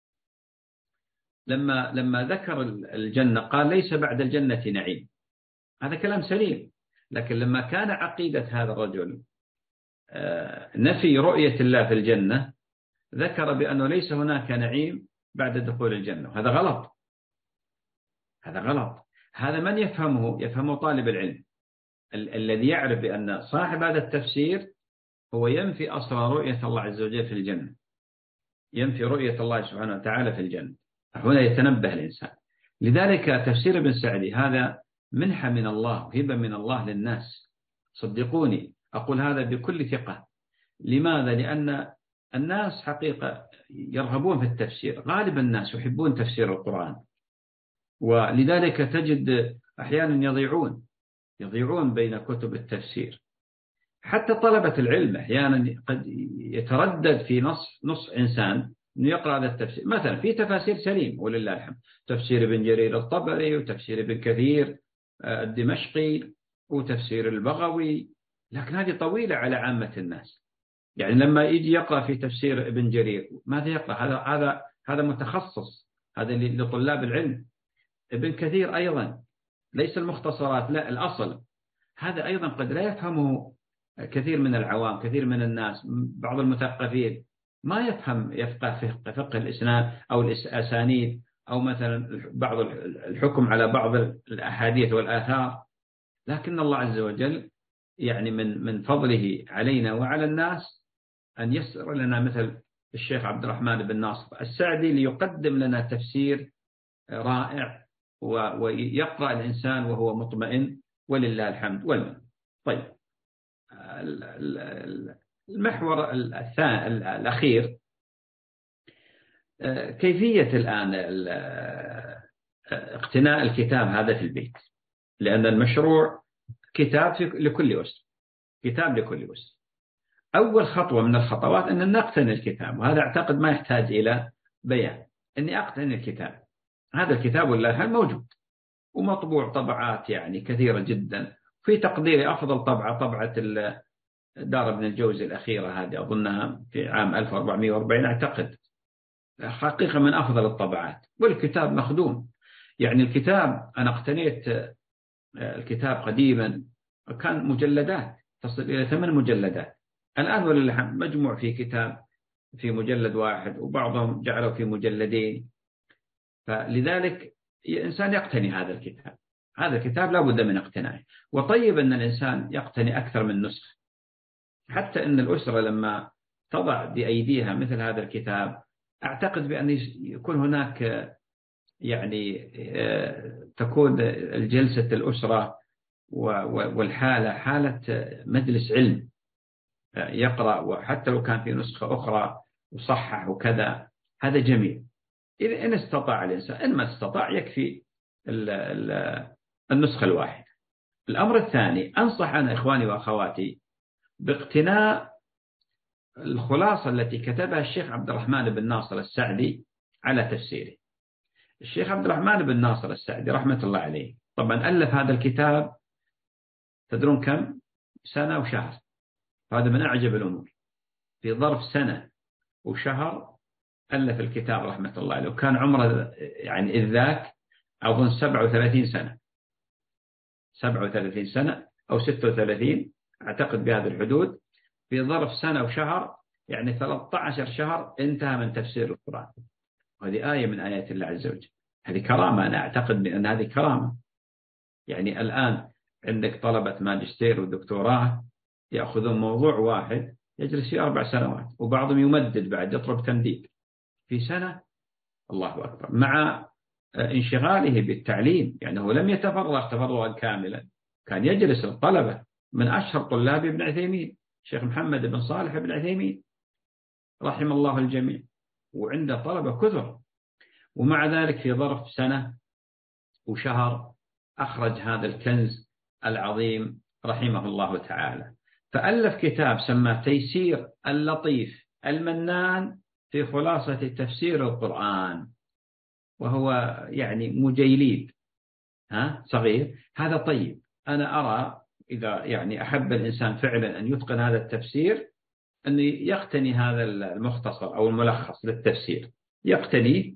لما لما ذكر الجنة قال ليس بعد الجنة نعيم، هذا كلام سليم. لكن لما كان عقيدة هذا الرجل نفي رؤية الله في الجنة ذكر بأنه ليس هناك نعيم بعد دخول الجنة. هذا غلط، هذا غلط. هذا من يفهمه؟ يفهمه طالب العلم ال الذي يعرف بأن صاحب هذا التفسير هو ينفي أصلا رؤية الله عز وجل في الجنة، ينفي رؤية الله سبحانه وتعالى في الجنة. هنا يتنبه الإنسان. لذلك تفسير ابن سعدي هذا منحة من الله، هبة من الله للناس، صدقوني أقول هذا بكل ثقة. لماذا؟ لأن الناس حقيقة يرغبون في التفسير، غالب الناس يحبون تفسير القرآن، ولذلك تجد أحيانا يضيعون يضيعون بين كتب التفسير. حتى طلبة العلم أحيانا قد يتردد في نص نص إنسان أنه يقرأ هذا التفسير. مثلا في تفاسير سليم ولله الحمد، تفسير ابن جرير الطبري وتفسير ابن كثير الدمشقي وتفسير البغوي، لكن هذه طويلة على عامة الناس. يعني لما يجي يقرأ في تفسير ابن جرير ماذا يقرأ؟ هذا هذا هذا متخصص، هذا لطلاب العلم. ابن كثير أيضا ليس المختصرات، لا الأصل، هذا أيضا قد لا يفهمه كثير من العوام، كثير من الناس، بعض المثقفين ما يفهم يفقه فقه, فقه الإسناد أو الأسانيد، أو مثلا بعض الحكم على بعض الأحاديث والآثار. لكن الله عز وجل يعني من من فضله علينا وعلى الناس أن يسر لنا مثل الشيخ عبد الرحمن بن ناصر السعدي ليقدم لنا تفسير رائع، ويقرأ الإنسان وهو مطمئن ولله الحمد والمنة. طيب، المحور الأخير كيفية الآن اقتناء الكتاب هذا في البيت، لأن المشروع كتاب لكل أسرة، كتاب لكل أسرة. أول خطوة من الخطوات أن نقتني الكتاب، وهذا أعتقد ما يحتاج إلى بيان، أني أقتني الكتاب. هذا الكتاب والله موجود ومطبوع طبعات يعني كثيرة جدا. في تقديري أفضل طبعة طبعة دار ابن الجوزي الأخيرة، هذه أظنها في عام ألف وأربعمائة وأربعين أعتقد، حقيقة من أفضل الطبعات، والكتاب مخدوم. يعني الكتاب أنا اقتنيت الكتاب قديما كان مجلدات تصل إلى ثمان مجلدات، الآن ولله مجموع في كتاب في مجلد واحد، وبعضهم جعلوا في مجلدين. فلذلك الإنسان يقتني هذا الكتاب، هذا الكتاب لا بد من اقتنائه. وطيب أن الإنسان يقتني أكثر من نسخة، حتى أن الأسرة لما تضع بأيديها مثل هذا الكتاب أعتقد بأن يكون هناك يعني تكون الجلسة الأسرة والحالة حالة مجلس علم، يقرأ، وحتى لو كان في نسخة أخرى وصحح وكذا، هذا جميل إذا إن استطاع الإنسان. إن ما استطاع يكفي النسخة الواحدة. الأمر الثاني، أنصح أنا إخواني وأخواتي باقتناء الخلاصة التي كتبها الشيخ عبد الرحمن بن ناصر السعدي على تفسيره. الشيخ عبد الرحمن بن ناصر السعدي رحمة الله عليه طبعا ألف هذا الكتاب، تدرون كم؟ سنة وشهر. هذا من أعجب الأمور، في ظرف سنة وشهر ألف الكتاب رحمة الله عليه، وكان عمره يعني إذ ذاك أظن سبعة وثلاثين سنة، سبعة وثلاثين سنة أو ستة وثلاثين أعتقد بهذا الحدود. في ظرف سنة وشهر يعني ثلاثة عشر شهر انتهى من تفسير القرآن. وهذه آية من آيات الله عز وجل، هذه كرامة، أنا أعتقد بأن هذه كرامة. يعني الآن عندك طلبة ماجستير ودكتوراه يأخذون موضوع واحد يجلس فيه أربع سنوات، وبعضهم يمدد بعد، يطلب تمديد في سنة. الله أكبر، مع انشغاله بالتعليم. يعني هو لم يتفرغ تفرغا كاملا، كان يجلس الطلبة من أشهر طلاب ابن عثيمين، شيخ محمد بن صالح بن عثيمين رحم الله الجميع، وعنده طلبة كثر، ومع ذلك في ظرف سنة وشهر أخرج هذا الكنز العظيم رحمه الله تعالى. فألف كتاب سماه تيسير اللطيف المنان في خلاصة تفسير القرآن، وهو يعني مجيليد ها صغير. هذا طيب، أنا أرى إذا يعني أحب الإنسان فعلا أن يتقن هذا التفسير أن يقتني هذا المختصر أو الملخص للتفسير، يقتني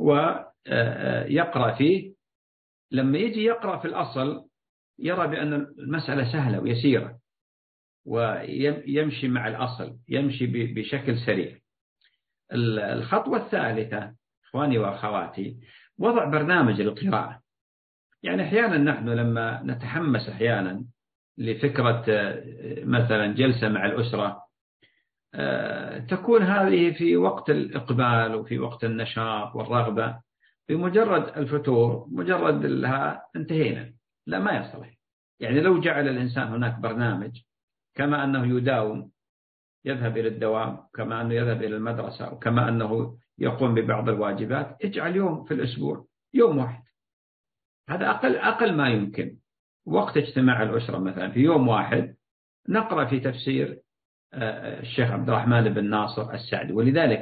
ويقرأ فيه. لما يجي يقرأ في الأصل يرى بأن المسألة سهلة ويسيرة، ويمشي مع الأصل، يمشي بشكل سريع. الخطوة الثالثة إخواني وأخواتي وضع برنامج للقراءة. يعني أحيانا نحن لما نتحمس أحيانا لفكرة مثلا جلسة مع الأسرة، تكون هذه في وقت الإقبال وفي وقت النشاط والرغبة، بمجرد الفتور مجرد لها انتهينا. لا، ما يصلح. يعني لو جعل الإنسان هناك برنامج، كما أنه يداوم يذهب إلى الدوام، كما أنه يذهب إلى المدرسة، وكما أنه يقوم ببعض الواجبات، اجعل يوم في الأسبوع، يوم واحد، هذا أقل أقل ما يمكن. وقت اجتماع الأسرة مثلا في يوم واحد نقرأ في تفسير الشيخ عبد الرحمن بن ناصر السعدي. ولذلك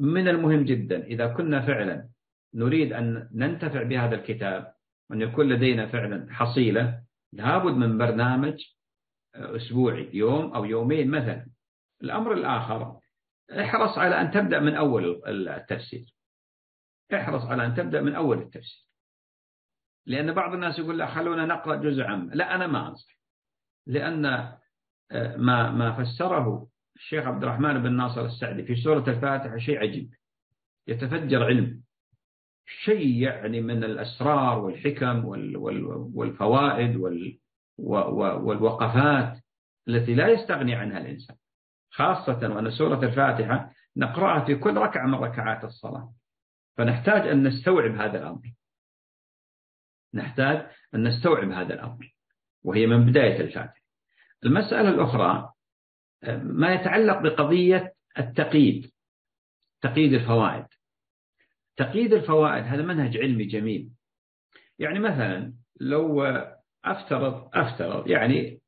من المهم جدا إذا كنا فعلا نريد أن ننتفع بهذا الكتاب وأن يكون لدينا فعلا حصيلة، لابد من برنامج أسبوعي، يوم أو يومين مثلا. الأمر الآخر، احرص على أن تبدأ من أول التفسير، احرص على أن تبدأ من أول التفسير، لأن بعض الناس يقول لا خلونا نقرأ جزء عام. لا، أنا ما أنصح، لأن ما ما فسره الشيخ عبد الرحمن بن ناصر السعدي في سورة الفاتحة شيء عجيب، يتفجر علم، شيء يعني من الأسرار والحكم والفوائد والوقفات التي لا يستغني عنها الإنسان، خاصة وأن سورة الفاتحة نقرأها في كل ركعة من ركعات الصلاة. فنحتاج أن نستوعب هذا الأمر، نحتاج أن نستوعب هذا الأمر، وهي من بداية الفاتحة. المسألة الأخرى ما يتعلق بقضية التقييد، تقييد الفوائد. تقييد الفوائد هذا منهج علمي جميل. يعني مثلا لو أفترض أفترض يعني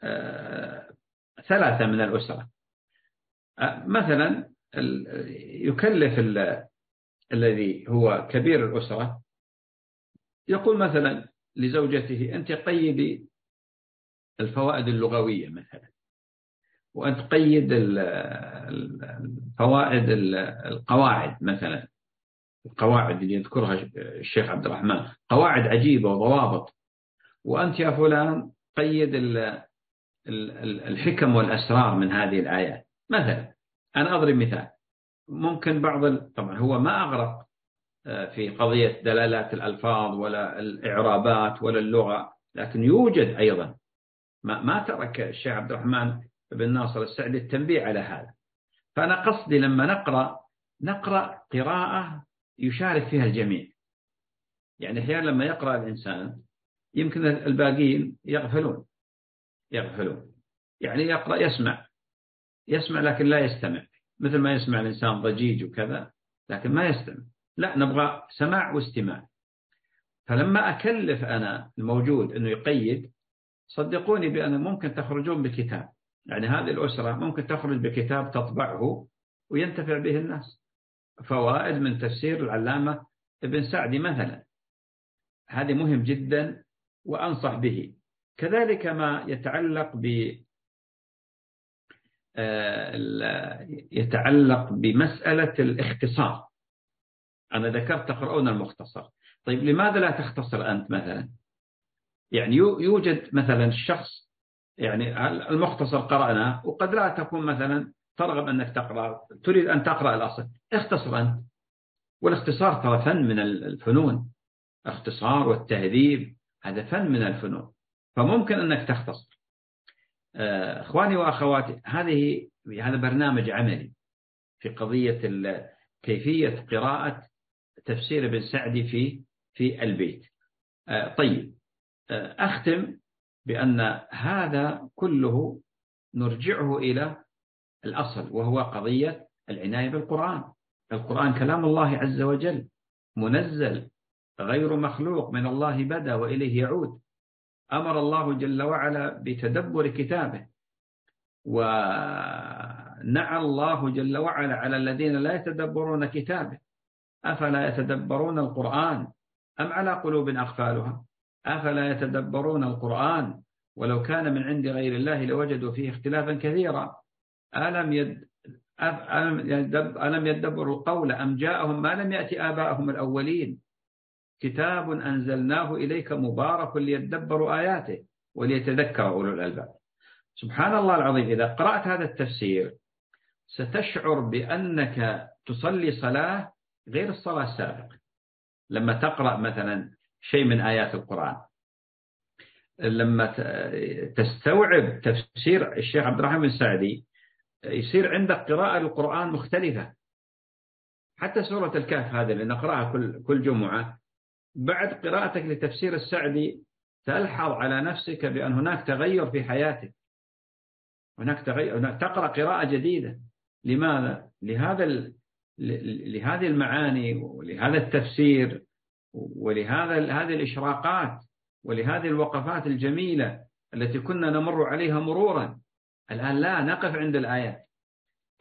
ثلاثة من الأسرة، مثلا يكلف الذي هو كبير الأسرة، يقول مثلا لزوجته أنت قيدي الفوائد اللغوية مثلا، وأن تقيد الفوائد القواعد مثلا، القواعد اللي يذكرها الشيخ عبد الرحمن قواعد عجيبة وضوابط، وأنت يا فلان قيد الحكم والأسرار من هذه الآيات مثلا. أنا أضرب مثال، ممكن بعض طبعا هو ما أغرق في قضية دلالات الألفاظ ولا الإعرابات ولا اللغة، لكن يوجد أيضا ما, ما ترك الشيخ عبد الرحمن بن ناصر السعدي التنبيه على هذا. فأنا قصدي لما نقرأ نقرأ قراءة يشارك فيها الجميع. يعني أحيانا لما يقرأ الإنسان يمكن الباقين يغفلون يغفلون يعني يقرأ يسمع يسمع لكن لا يستمع، مثل ما يسمع الإنسان ضجيج وكذا لكن ما يستمع. لا، نبغى سماع واستماع. فلما أكلف أنا الموجود أنه يقيد، صدقوني بأن ممكن تخرجون بكتاب، يعني هذه الأسرة ممكن تخرج بكتاب تطبعه وينتفع به الناس، فوائد من تفسير العلامة ابن سعدي مثلا. هذه مهم جدا وأنصح به. كذلك ما يتعلق ب يتعلق بمسألة الاختصار. أنا ذكرت تقرؤون المختصر، طيب لماذا لا تختصر أنت مثلا؟ يعني يوجد مثلا الشخص يعني المختصر قرأناه وقد لا تكون مثلا ترغب أنك تقرأ، تريد أن تقرأ الأصل، اختصر أنت. والاختصار ترى فن من الفنون، الاختصار والتهذيب هذا فن من الفنون، فممكن أنك تختصر. أخواني وأخواتي، هذه هذا برنامج عملي في قضية كيفية قراءة تفسير ابن سعدي في في البيت. طيب، أختم بأن هذا كله نرجعه إلى الأصل، وهو قضية العناية بالقرآن. القرآن كلام الله عز وجل، منزل غير مخلوق، من الله بدأ وإليه يعود. أمر الله جل وعلا بتدبر كتابه، ونعى الله جل وعلا على الذين لا يتدبرون كتابه أفلا يتدبرون القرآن أم على قلوب أقفالها أفلا يتدبرون القرآن ولو كان من عند غير الله لوجدوا فيه اختلافا كثيرا ألم يد ألم يدبروا القول أم جاءهم ما لم يأتي آباءهم الأولين كتاب أنزلناه إليك مبارك ليدبروا آياته وليتذكر أولو الألباب. سبحان الله العظيم، إذا قرأت هذا التفسير ستشعر بأنك تصلي صلاة غير الصلاة السابقة. لما تقرأ مثلا شيء من آيات القرآن، لما تستوعب تفسير الشيخ عبد الرحمن بن سعدي، يصير عندك قراءة للقرآن مختلفة. حتى سورة الكهف هذه اللي نقرأها كل كل جمعة، بعد قراءتك لتفسير السعدي تلحظ على نفسك بأن هناك تغير في حياتك، هناك تغير، هناك تقرأ قراءة جديدة. لماذا؟ لهذا ال... لهذه المعاني ولهذا التفسير ولهذا هذه الإشراقات ولهذه الوقفات الجميلة التي كنا نمر عليها مرورا. الآن لا نقف عند الآيات،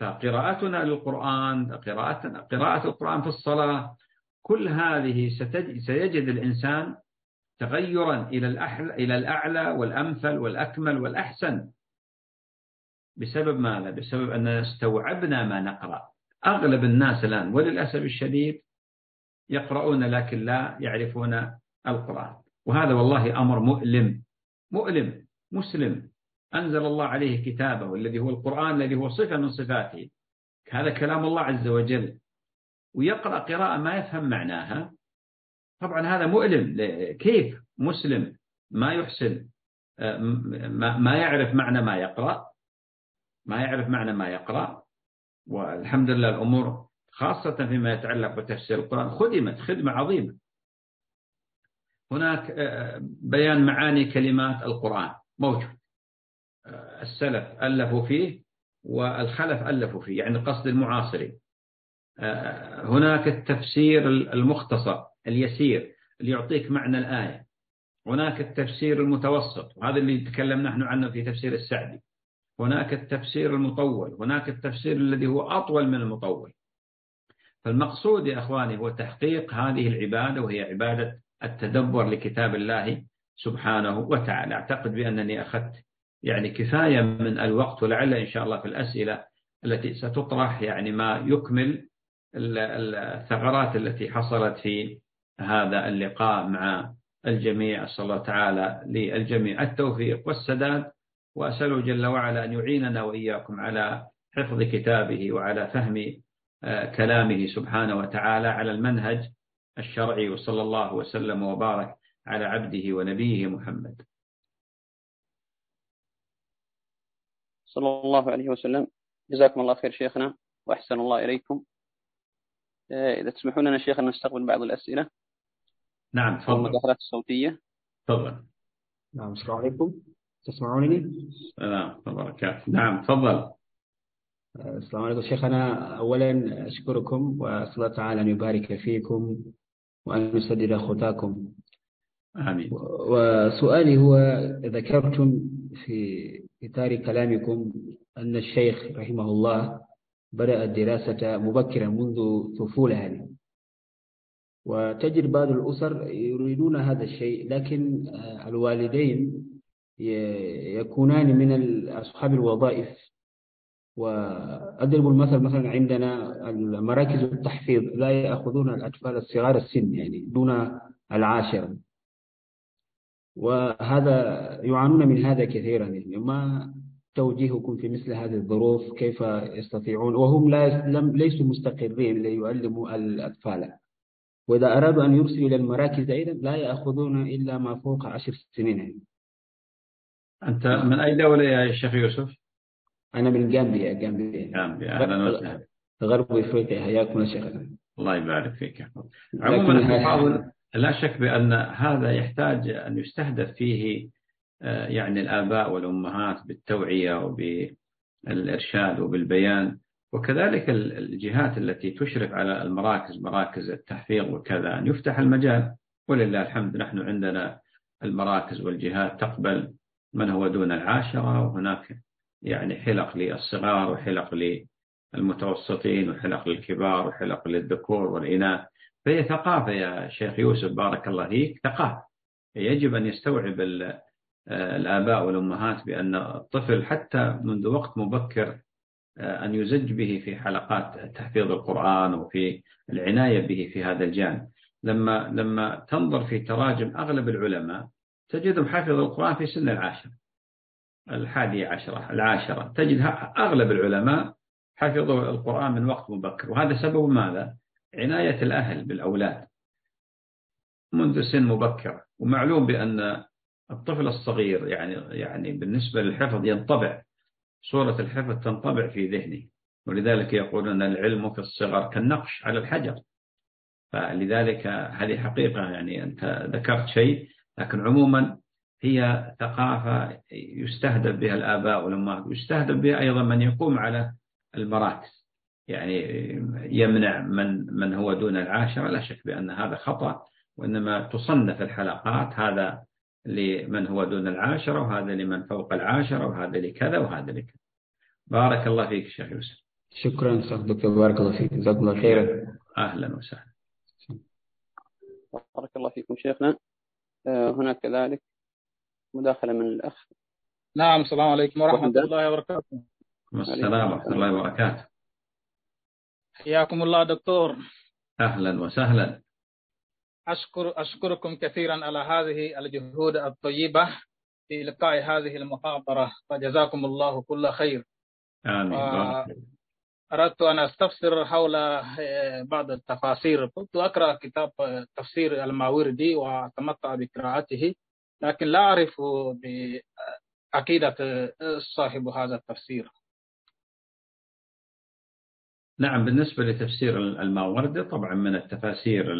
فقراءتنا للقرآن، قراءتنا قراءة القرآن في الصلاة، كل هذه سيجد الإنسان تغيرا إلى الأعلى إلى الأعلى والأمثل والأكمل والأحسن. بسبب ماذا؟ بسبب أننا استوعبنا ما نقرأ. أغلب الناس الآن وللأسف الشديد يقرؤون لكن لا يعرفون القرآن، وهذا والله أمر مؤلم مؤلم. مسلم أنزل الله عليه كتابه الذي هو القرآن، الذي هو صفة من صفاته، هذا كلام الله عز وجل، ويقرأ قراءة ما يفهم معناها. طبعا هذا مؤلم. كيف مسلم ما يحسن، ما يعرف معنى ما يقرأ، ما يعرف معنى ما يقرأ؟ والحمد لله الأمور خاصة فيما يتعلق بتفسير القرآن خدمت خدمة عظيمة. هناك بيان معاني كلمات القرآن موجود، السلف ألفوا فيه والخلف ألفوا فيه، يعني قصد المعاصرين. هناك التفسير المختصر اليسير اللي يعطيك معنى الآية. هناك التفسير المتوسط، وهذا اللي تكلم نحن عنه في تفسير السعدي. هناك التفسير المطول، هناك التفسير الذي هو أطول من المطول. فالمقصود يا أخواني هو تحقيق هذه العبادة، وهي عبادة التدبر لكتاب الله سبحانه وتعالى. أعتقد بأنني أخذت يعني كفاية من الوقت، ولعل إن شاء الله في الأسئلة التي ستطرح يعني ما يكمل الثغرات التي حصلت في هذا اللقاء مع الجميع. أسأل الله تعالى للجميع التوفيق والسداد، وأسأله جل وعلا أن يعيننا وإياكم على حفظ كتابه وعلى فهم كلامه سبحانه وتعالى على المنهج الشرعي. وصلى الله وسلم وبارك على عبده ونبيه محمد
صلى الله عليه وسلم. جزاكم الله خير شيخنا وأحسن الله إليكم. إذا تسمحون لنا شيخنا نستقبل بعض الأسئلة.
نعم تفضل.
المداخلات الصوتية.
تفضل.
نعم السلام عليكم، تسمعونني؟
نعم تبارك. نعم تفضل.
السلام عليكم شيخنا. أولا أشكركم وأسأل الله تعالى أن يبارك فيكم وأن يسدد خطاكم.
آمين.
وسؤالي هو، ذكرتم في إطار كلامكم أن الشيخ رحمه الله بدأ الدراسة مبكرا منذ طفولته، وتجد بعض الأسر يريدون هذا الشيء، لكن الوالدين يكونان من أصحاب الوظائف. وأضرب المثل مثلا عندنا المراكز التحفيظ لا يأخذون الأطفال الصغار السن يعني دون العاشرة، وهذا يعانون من هذا كثيرا. يعني ما توجيهكم في مثل هذه الظروف؟ كيف يستطيعون وهم لا لم ليسوا مستقرين ليعلموا الأطفال؟ وإذا أرادوا أن يرسلوا إلى المراكز أيضا لا يأخذون إلا ما فوق عشر سنين.
أنت من أي دولة يا شيخ يوسف؟
أنا من غامبيا. غامبيا
غامبيا. أهلا وسهلا.
غرب أفريقيا. حياكم الله شيخنا.
الله يبارك فيك. عموما التفاضل لا شك بأن هذا يحتاج أن يستهدف فيه يعني الآباء والأمهات بالتوعية وبالإرشاد وبالبيان، وكذلك الجهات التي تشرف على المراكز، مراكز التحفيظ وكذا، أن يفتح المجال. ولله الحمد نحن عندنا المراكز والجهات تقبل من هو دون العاشرة، وهناك يعني حلق للصغار وحلق للمتوسطين وحلق للكبار وحلق للذكور والإناث. فهي ثقافة يا شيخ يوسف بارك الله فيك، ثقافة يجب أن يستوعب الآباء والأمهات بأن الطفل حتى منذ وقت مبكر أن يزج به في حلقات تحفيظ القرآن وفي العناية به في هذا الجانب. لما لما تنظر في تراجم أغلب العلماء تجدهم حفظ القرآن في سن العاشرة، الحادية عشرة، العاشرة، تجد أغلب العلماء حفظوا القرآن من وقت مبكر. وهذا سبب ماذا؟ عناية الأهل بالأولاد منذ سن مبكرة. ومعلوم بأن الطفل الصغير يعني يعني بالنسبة للحفظ ينطبع، صورة الحفظ تنطبع في ذهنه، ولذلك يقولون العلم في الصغر كالنقش على الحجر. فلذلك هذه حقيقة، يعني أنت ذكرت شيء، لكن عموما هي ثقافة يستهدف بها الآباء والأمهات، ويستهدف بها أيضا من يقوم على المراكز، يعني يمنع من من هو دون العاشرة. لا شك بأن هذا خطأ، وإنما تصنف الحلقات، هذا لمن هو دون العاشرة، وهذا لمن فوق العاشرة، وهذا لكذا وهذا لكذا. بارك الله فيك شيخ يوسف.
شكرا شيخ دكتور، بارك الله فيك، جزاكم الله خيرا.
أهلا وسهلا.
بارك الله فيكم شيخنا. هناك كذلك مداخلة من الأخ.
نعم، السلام عليكم ورحمة الله وبركاته.
السلام ورحمة الله وبركاته.
حياكم الله دكتور.
أهلا وسهلا.
أشكر أشكركم كثيرا على هذه الجهود الطيبة في إلقاء هذه المحاضرة، فجزاكم الله كل خير.
آمين.
أردت أن أستفسر حول بعض التفاسير. كنت أقرأ كتاب تفسير الماوردي وأتمتع بقراءته، لكن لا أعرف بعقيدة صاحب هذا التفسير.
نعم، بالنسبة لتفسير الماوردي طبعا من التفاسير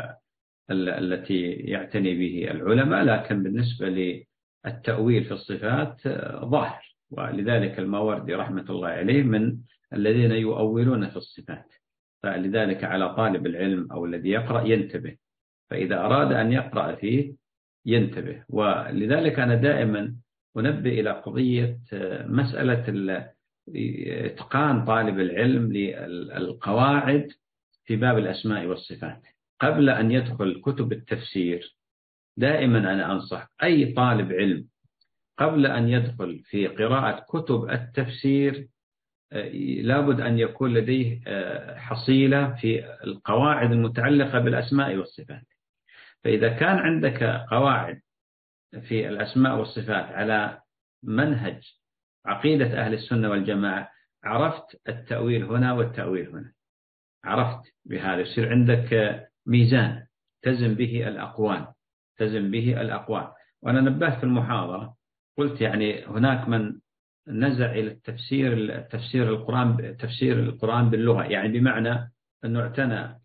التي يعتني به العلماء، لكن بالنسبة للتأويل في الصفات ظاهر، ولذلك الماوردي رحمة الله عليه من الذين يؤولون في الصفات، فلذلك على طالب العلم أو الذي يقرأ ينتبه، فإذا أراد أن يقرأ فيه ينتبه. ولذلك أنا دائما أنبه إلى قضية مسألة إتقان طالب العلم للقواعد في باب الأسماء والصفات قبل أن يدخل كتب التفسير. دائما أنا أنصح أي طالب علم قبل أن يدخل في قراءة كتب التفسير لابد أن يكون لديه حصيلة في القواعد المتعلقة بالأسماء والصفات. فإذا كان عندك قواعد في الأسماء والصفات على منهج عقيدة أهل السنة والجماعة، عرفت التأويل هنا والتأويل هنا، عرفت بهذا يصير عندك ميزان تزن به الأقوال تزن به الأقوال. وأنا نبهت في المحاضرة قلت يعني هناك من نزع إلى التفسير تفسير القرآن تفسير القرآن باللغة، يعني بمعنى أنه اعتنى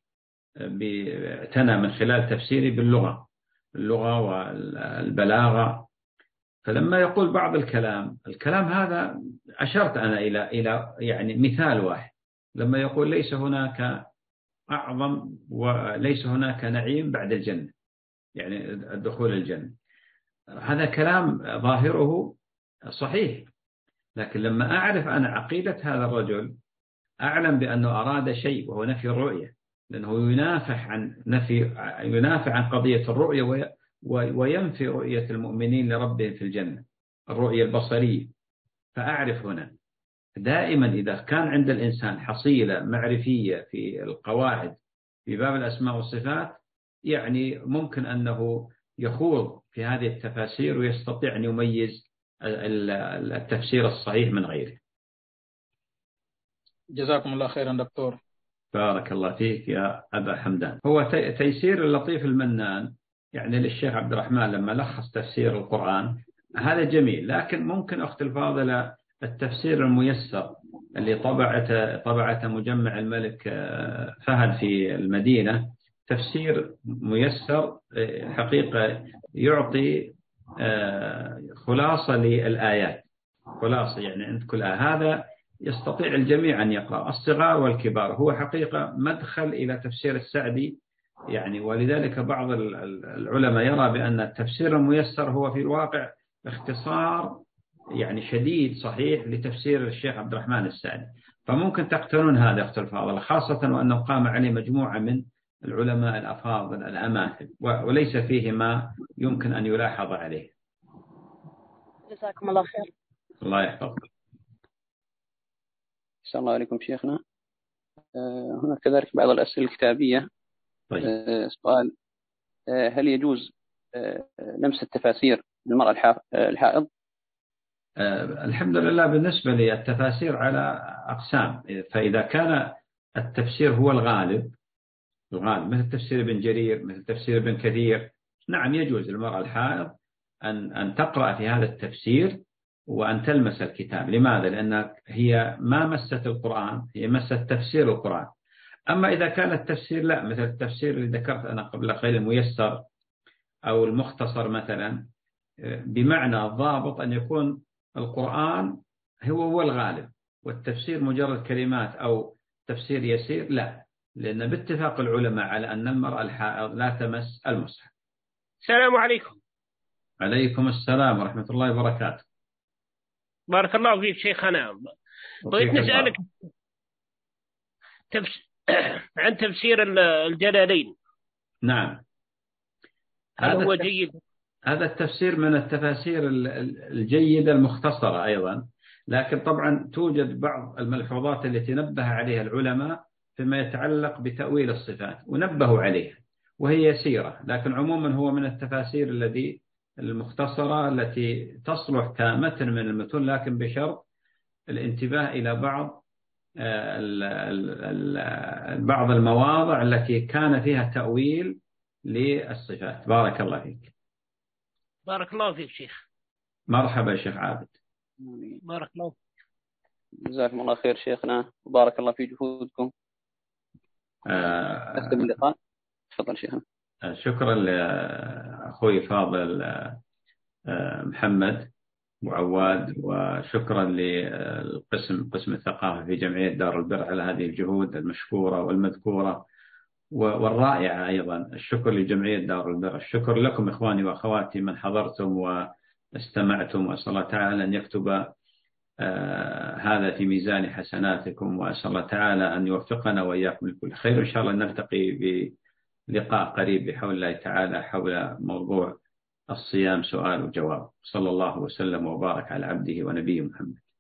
اعتنى من خلال تفسيره باللغة اللغة والبلاغة. فلما يقول بعض الكلام الكلام هذا أشرت أنا إلى إلى يعني مثال واحد، لما يقول ليس هناك أعظم وليس هناك نعيم بعد الجنة، يعني الدخول الجنة، هذا كلام ظاهره صحيح، لكن لما أعرف أنا عقيدة هذا الرجل أعلم بأنه أراد شيء وهو نفي الرؤية، لأنه ينافح عن نفي ينافع عن قضية الرؤية وينفي رؤية المؤمنين لربهم في الجنة، الرؤية البصرية. فأعرف هنا دائما إذا كان عند الإنسان حصيلة معرفية في القواعد في باب الأسماء والصفات، يعني ممكن أنه يخوض في هذه التفاسير ويستطيع أن يميز التفسير الصحيح من غيره.
جزاكم الله خيرا دكتور.
بارك الله فيك يا أبا حمدان. هو تيسير اللطيف المنان يعني للشيخ عبد الرحمن لما لخص تفسير القرآن هذا جميل، لكن ممكن أخت الفاضلة التفسير الميسر اللي طبعته طبعته مجمع الملك فهد في المدينة، تفسير ميسر حقيقة يعطي خلاصة للآيات، خلاصة يعني عند كل آية، هذا يستطيع الجميع أن يقرأ الصغار والكبار، هو حقيقة مدخل إلى تفسير السعدي يعني. ولذلك بعض العلماء يرى بأن التفسير الميسر هو في الواقع اختصار يعني شديد صحيح لتفسير الشيخ عبد الرحمن السعدي، فممكن تقتنون هذا أخت الفاضلة، خاصة وأنه قام عليه مجموعة من العلماء الأفاضل الأماثل وليس فيه ما يمكن أن يلاحظ عليه.
جزاكم الله خير.
الله يحفظك.
أحسن الله عليكم شيخنا. هناك كذلك بعض الأسئلة الكتابية.
طيب.
سؤال: هل يجوز لمس التفاسير للمرأة الحائض؟
الحمد لله بالنسبة للتفاسير على أقسام، فإذا كان التفسير هو الغالب الغالب مثل تفسير ابن جرير مثل تفسير ابن كثير، نعم يجوز للمرأة الحائض أن أن تقرأ في هذا التفسير وأن تلمس الكتاب. لماذا؟ لأن هي ما مست القرآن، هي مست تفسير القرآن. أما إذا كان التفسير لا، مثل التفسير اللي ذكرت أنا قبل قليل الميسر أو المختصر مثلا، بمعنى الضابط أن يكون القرآن هو هو الغالب والتفسير مجرد كلمات أو تفسير يسير، لا، لأن باتفاق العلماء على أن المرأة الحائض لا تمس المصحف.
السلام عليكم.
عليكم السلام ورحمة الله وبركاته.
بارك الله فيك شيخنا. طيب نسألك تفس... عن تفسير الجلالين.
نعم،
هل هو جيد؟
هذا التفسير من التفاسير الجيدة المختصرة أيضا، لكن طبعا توجد بعض الملحوظات التي نبه عليها العلماء فيما يتعلق بتأويل الصفات ونبهوا عليها وهي يسيرة، لكن عموما هو من التفاسير التي المختصرة التي تصلح كمتن من المتون، لكن بشرط الانتباه إلى بعض بعض المواضع التي كان فيها تأويل للصفات. بارك الله فيك.
بارك الله فيك شيخ.
مرحبا شيخ عابد.
بارك الله فيك.
جزاكم الله خير شيخنا وبارك الله في جهودكم.
آه
أختم اللقاء. تفضل شيخنا.
شكرا لأخوي فاضل آه محمد وعواد، وشكرا للقسم قسم الثقافة في جمعية دار البر على هذه الجهود المشكورة والمذكورة والرائعة. أيضا الشكر لجمعية دار البر، الشكر لكم إخواني وأخواتي من حضرتم واستمعتم، وأسأل الله تعالى أن يكتب آه هذا في ميزان حسناتكم، وأسأل الله تعالى أن يوفقنا وإياكم لكل خير. إن شاء الله نلتقي بلقاء قريب بحول الله تعالى حول موضوع الصيام سؤال وجواب. صلى الله وسلم وبارك على عبده ونبيه محمد.